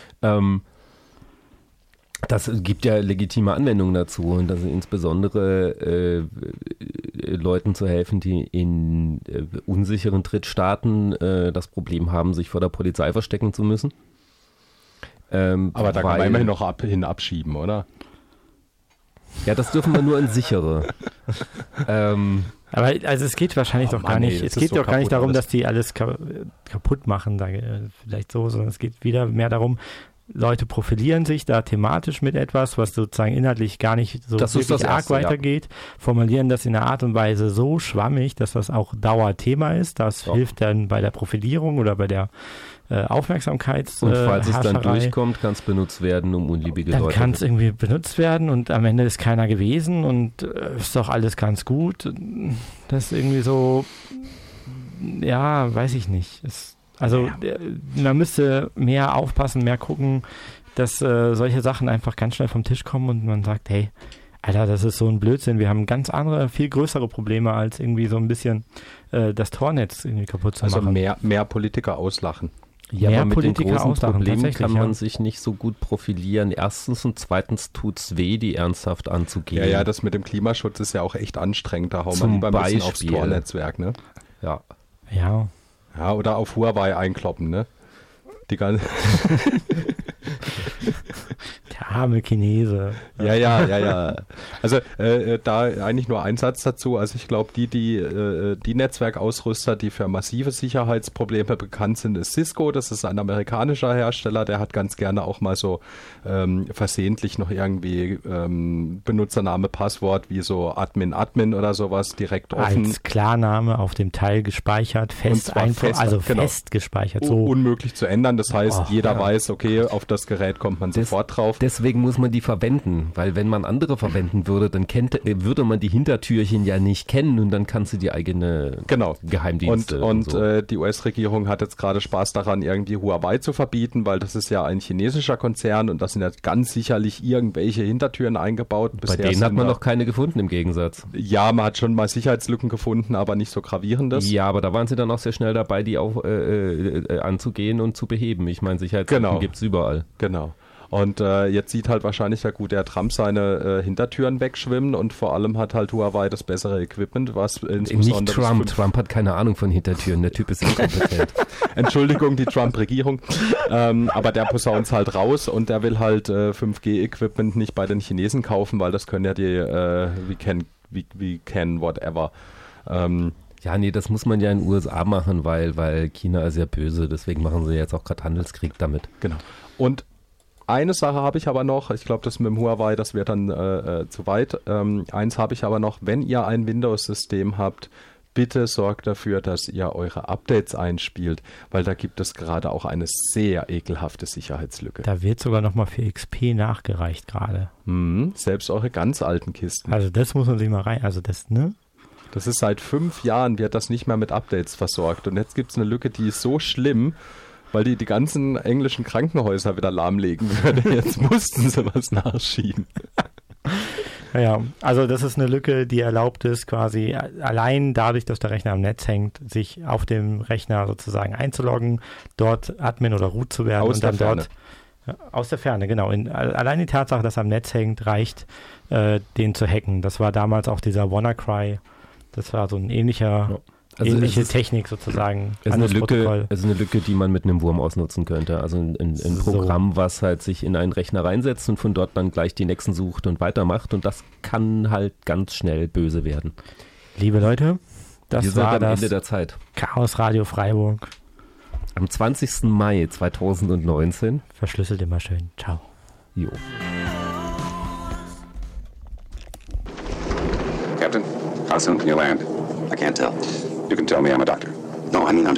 Das gibt ja legitime Anwendungen dazu, und das ist insbesondere Leuten zu helfen, die in unsicheren Drittstaaten das Problem haben, sich vor der Polizei verstecken zu müssen. Aber da kann man immerhin noch abschieben, oder? Ja, das dürfen wir nur in sichere. Aber also es geht wahrscheinlich doch gar nicht, es geht doch gar nicht darum, dass die alles kaputt machen, vielleicht so, sondern es geht wieder mehr darum, Leute profilieren sich da thematisch mit etwas, was sozusagen inhaltlich gar nicht so wirklich arg weitergeht, formulieren das in einer Art und Weise so schwammig, dass das auch Dauerthema ist. Das hilft dann bei der Profilierung oder bei der Aufmerksamkeits Und falls es dann Hascherei. durchkommt, kann es benutzt werden, um unliebige Dann Leute. kann es irgendwie benutzt werden und am Ende ist keiner gewesen und ist doch alles ganz gut. Das ist irgendwie so, ja, weiß ich nicht. Man müsste mehr aufpassen, mehr gucken, dass solche Sachen einfach ganz schnell vom Tisch kommen und man sagt, hey, Alter, das ist so ein Blödsinn. Wir haben ganz andere, viel größere Probleme, als irgendwie so ein bisschen das Tornetz irgendwie kaputt zu machen. Also mehr Politiker auslachen. Ja, mehr aber mit Politiker den großen auslachen, Problemen tatsächlich, kann man ja. sich nicht so gut profilieren. Erstens und zweitens tut's weh, die ernsthaft anzugehen. Ja, das mit dem Klimaschutz ist ja auch echt anstrengend. Da hauen wir Zum lieber ein bisschen aufs Beispiel. Tor-Netzwerk, ne? Ja. Ja. Ja, oder auf Huawei einkloppen, ne? Die ganze Der arme Chinese. Ja. Also da eigentlich nur ein Satz dazu. Also ich glaube, die Netzwerkausrüster, die für massive Sicherheitsprobleme bekannt sind, ist Cisco. Das ist ein amerikanischer Hersteller. Der hat ganz gerne auch mal so versehentlich noch irgendwie Benutzername, Passwort wie so Admin oder sowas direkt offen. Als Klarname auf dem Teil gespeichert, fest gespeichert. So. Unmöglich zu ändern. Das heißt, jeder ja. weiß, okay, auf das Gerät kommt man sofort drauf. Deswegen muss man die verwenden, weil wenn man andere verwenden würde, dann würde man die Hintertürchen ja nicht kennen und dann kannst du die eigene Geheimdienste und so. Die US-Regierung hat jetzt gerade Spaß daran, irgendwie Huawei zu verbieten, weil das ist ja ein chinesischer Konzern und da sind ja ganz sicherlich irgendwelche Hintertüren eingebaut. Bei denen hat man noch keine gefunden im Gegensatz. Ja, man hat schon mal Sicherheitslücken gefunden, aber nicht so gravierendes. Ja, aber da waren sie dann auch sehr schnell dabei, die auch anzugehen und zu beheben. Ich meine, Sicherheitslücken gibt's überall. Genau. Und jetzt sieht halt wahrscheinlich der gute Herr Trump seine Hintertüren wegschwimmen und vor allem hat halt Huawei das bessere Equipment, was insbesondere... Nicht Trump. Trump hat keine Ahnung von Hintertüren. Der Typ ist inkompetent. Entschuldigung, die Trump-Regierung. Aber der posaunt's halt raus und der will halt 5G-Equipment nicht bei den Chinesen kaufen, weil das können ja die we can whatever. Ja, nee, das muss man ja in den USA machen, weil China ist ja böse. Deswegen machen sie jetzt auch gerade Handelskrieg damit. Genau. Und Eine Sache habe ich aber noch, ich glaube, das mit dem Huawei, das wäre dann zu weit. Eins habe ich aber noch, wenn ihr ein Windows-System habt, bitte sorgt dafür, dass ihr eure Updates einspielt, weil da gibt es gerade auch eine sehr ekelhafte Sicherheitslücke. Da wird sogar nochmal für XP nachgereicht gerade. Selbst eure ganz alten Kisten. Also das muss man sich mal rein, also das, ne? Das ist seit 5 Jahren, wird das nicht mehr mit Updates versorgt. Und jetzt gibt es eine Lücke, die ist so schlimm, weil die ganzen englischen Krankenhäuser wieder lahmlegen würde. Jetzt mussten sie was nachschieben. Ja, also das ist eine Lücke, die erlaubt es quasi allein dadurch, dass der Rechner am Netz hängt, sich auf dem Rechner sozusagen einzuloggen, dort Admin oder Root zu werden und dann dort aus der Ferne, genau. Allein die Tatsache, dass er am Netz hängt, reicht, den zu hacken. Das war damals auch dieser WannaCry. Das war so ein ähnliche Technik sozusagen. Es ist eine Lücke, die man mit einem Wurm ausnutzen könnte. Also ein Programm, was halt sich in einen Rechner reinsetzt und von dort dann gleich die nächsten sucht und weitermacht. Und das kann halt ganz schnell böse werden. Liebe Leute, das war am das Ende der Zeit. Chaos Radio Freiburg. Am 20. Mai 2019. Verschlüsselt immer schön. Ciao. Jo. Captain, how soon can you land? I can't tell. You can tell me, I'm a doctor. No, I mean, I'm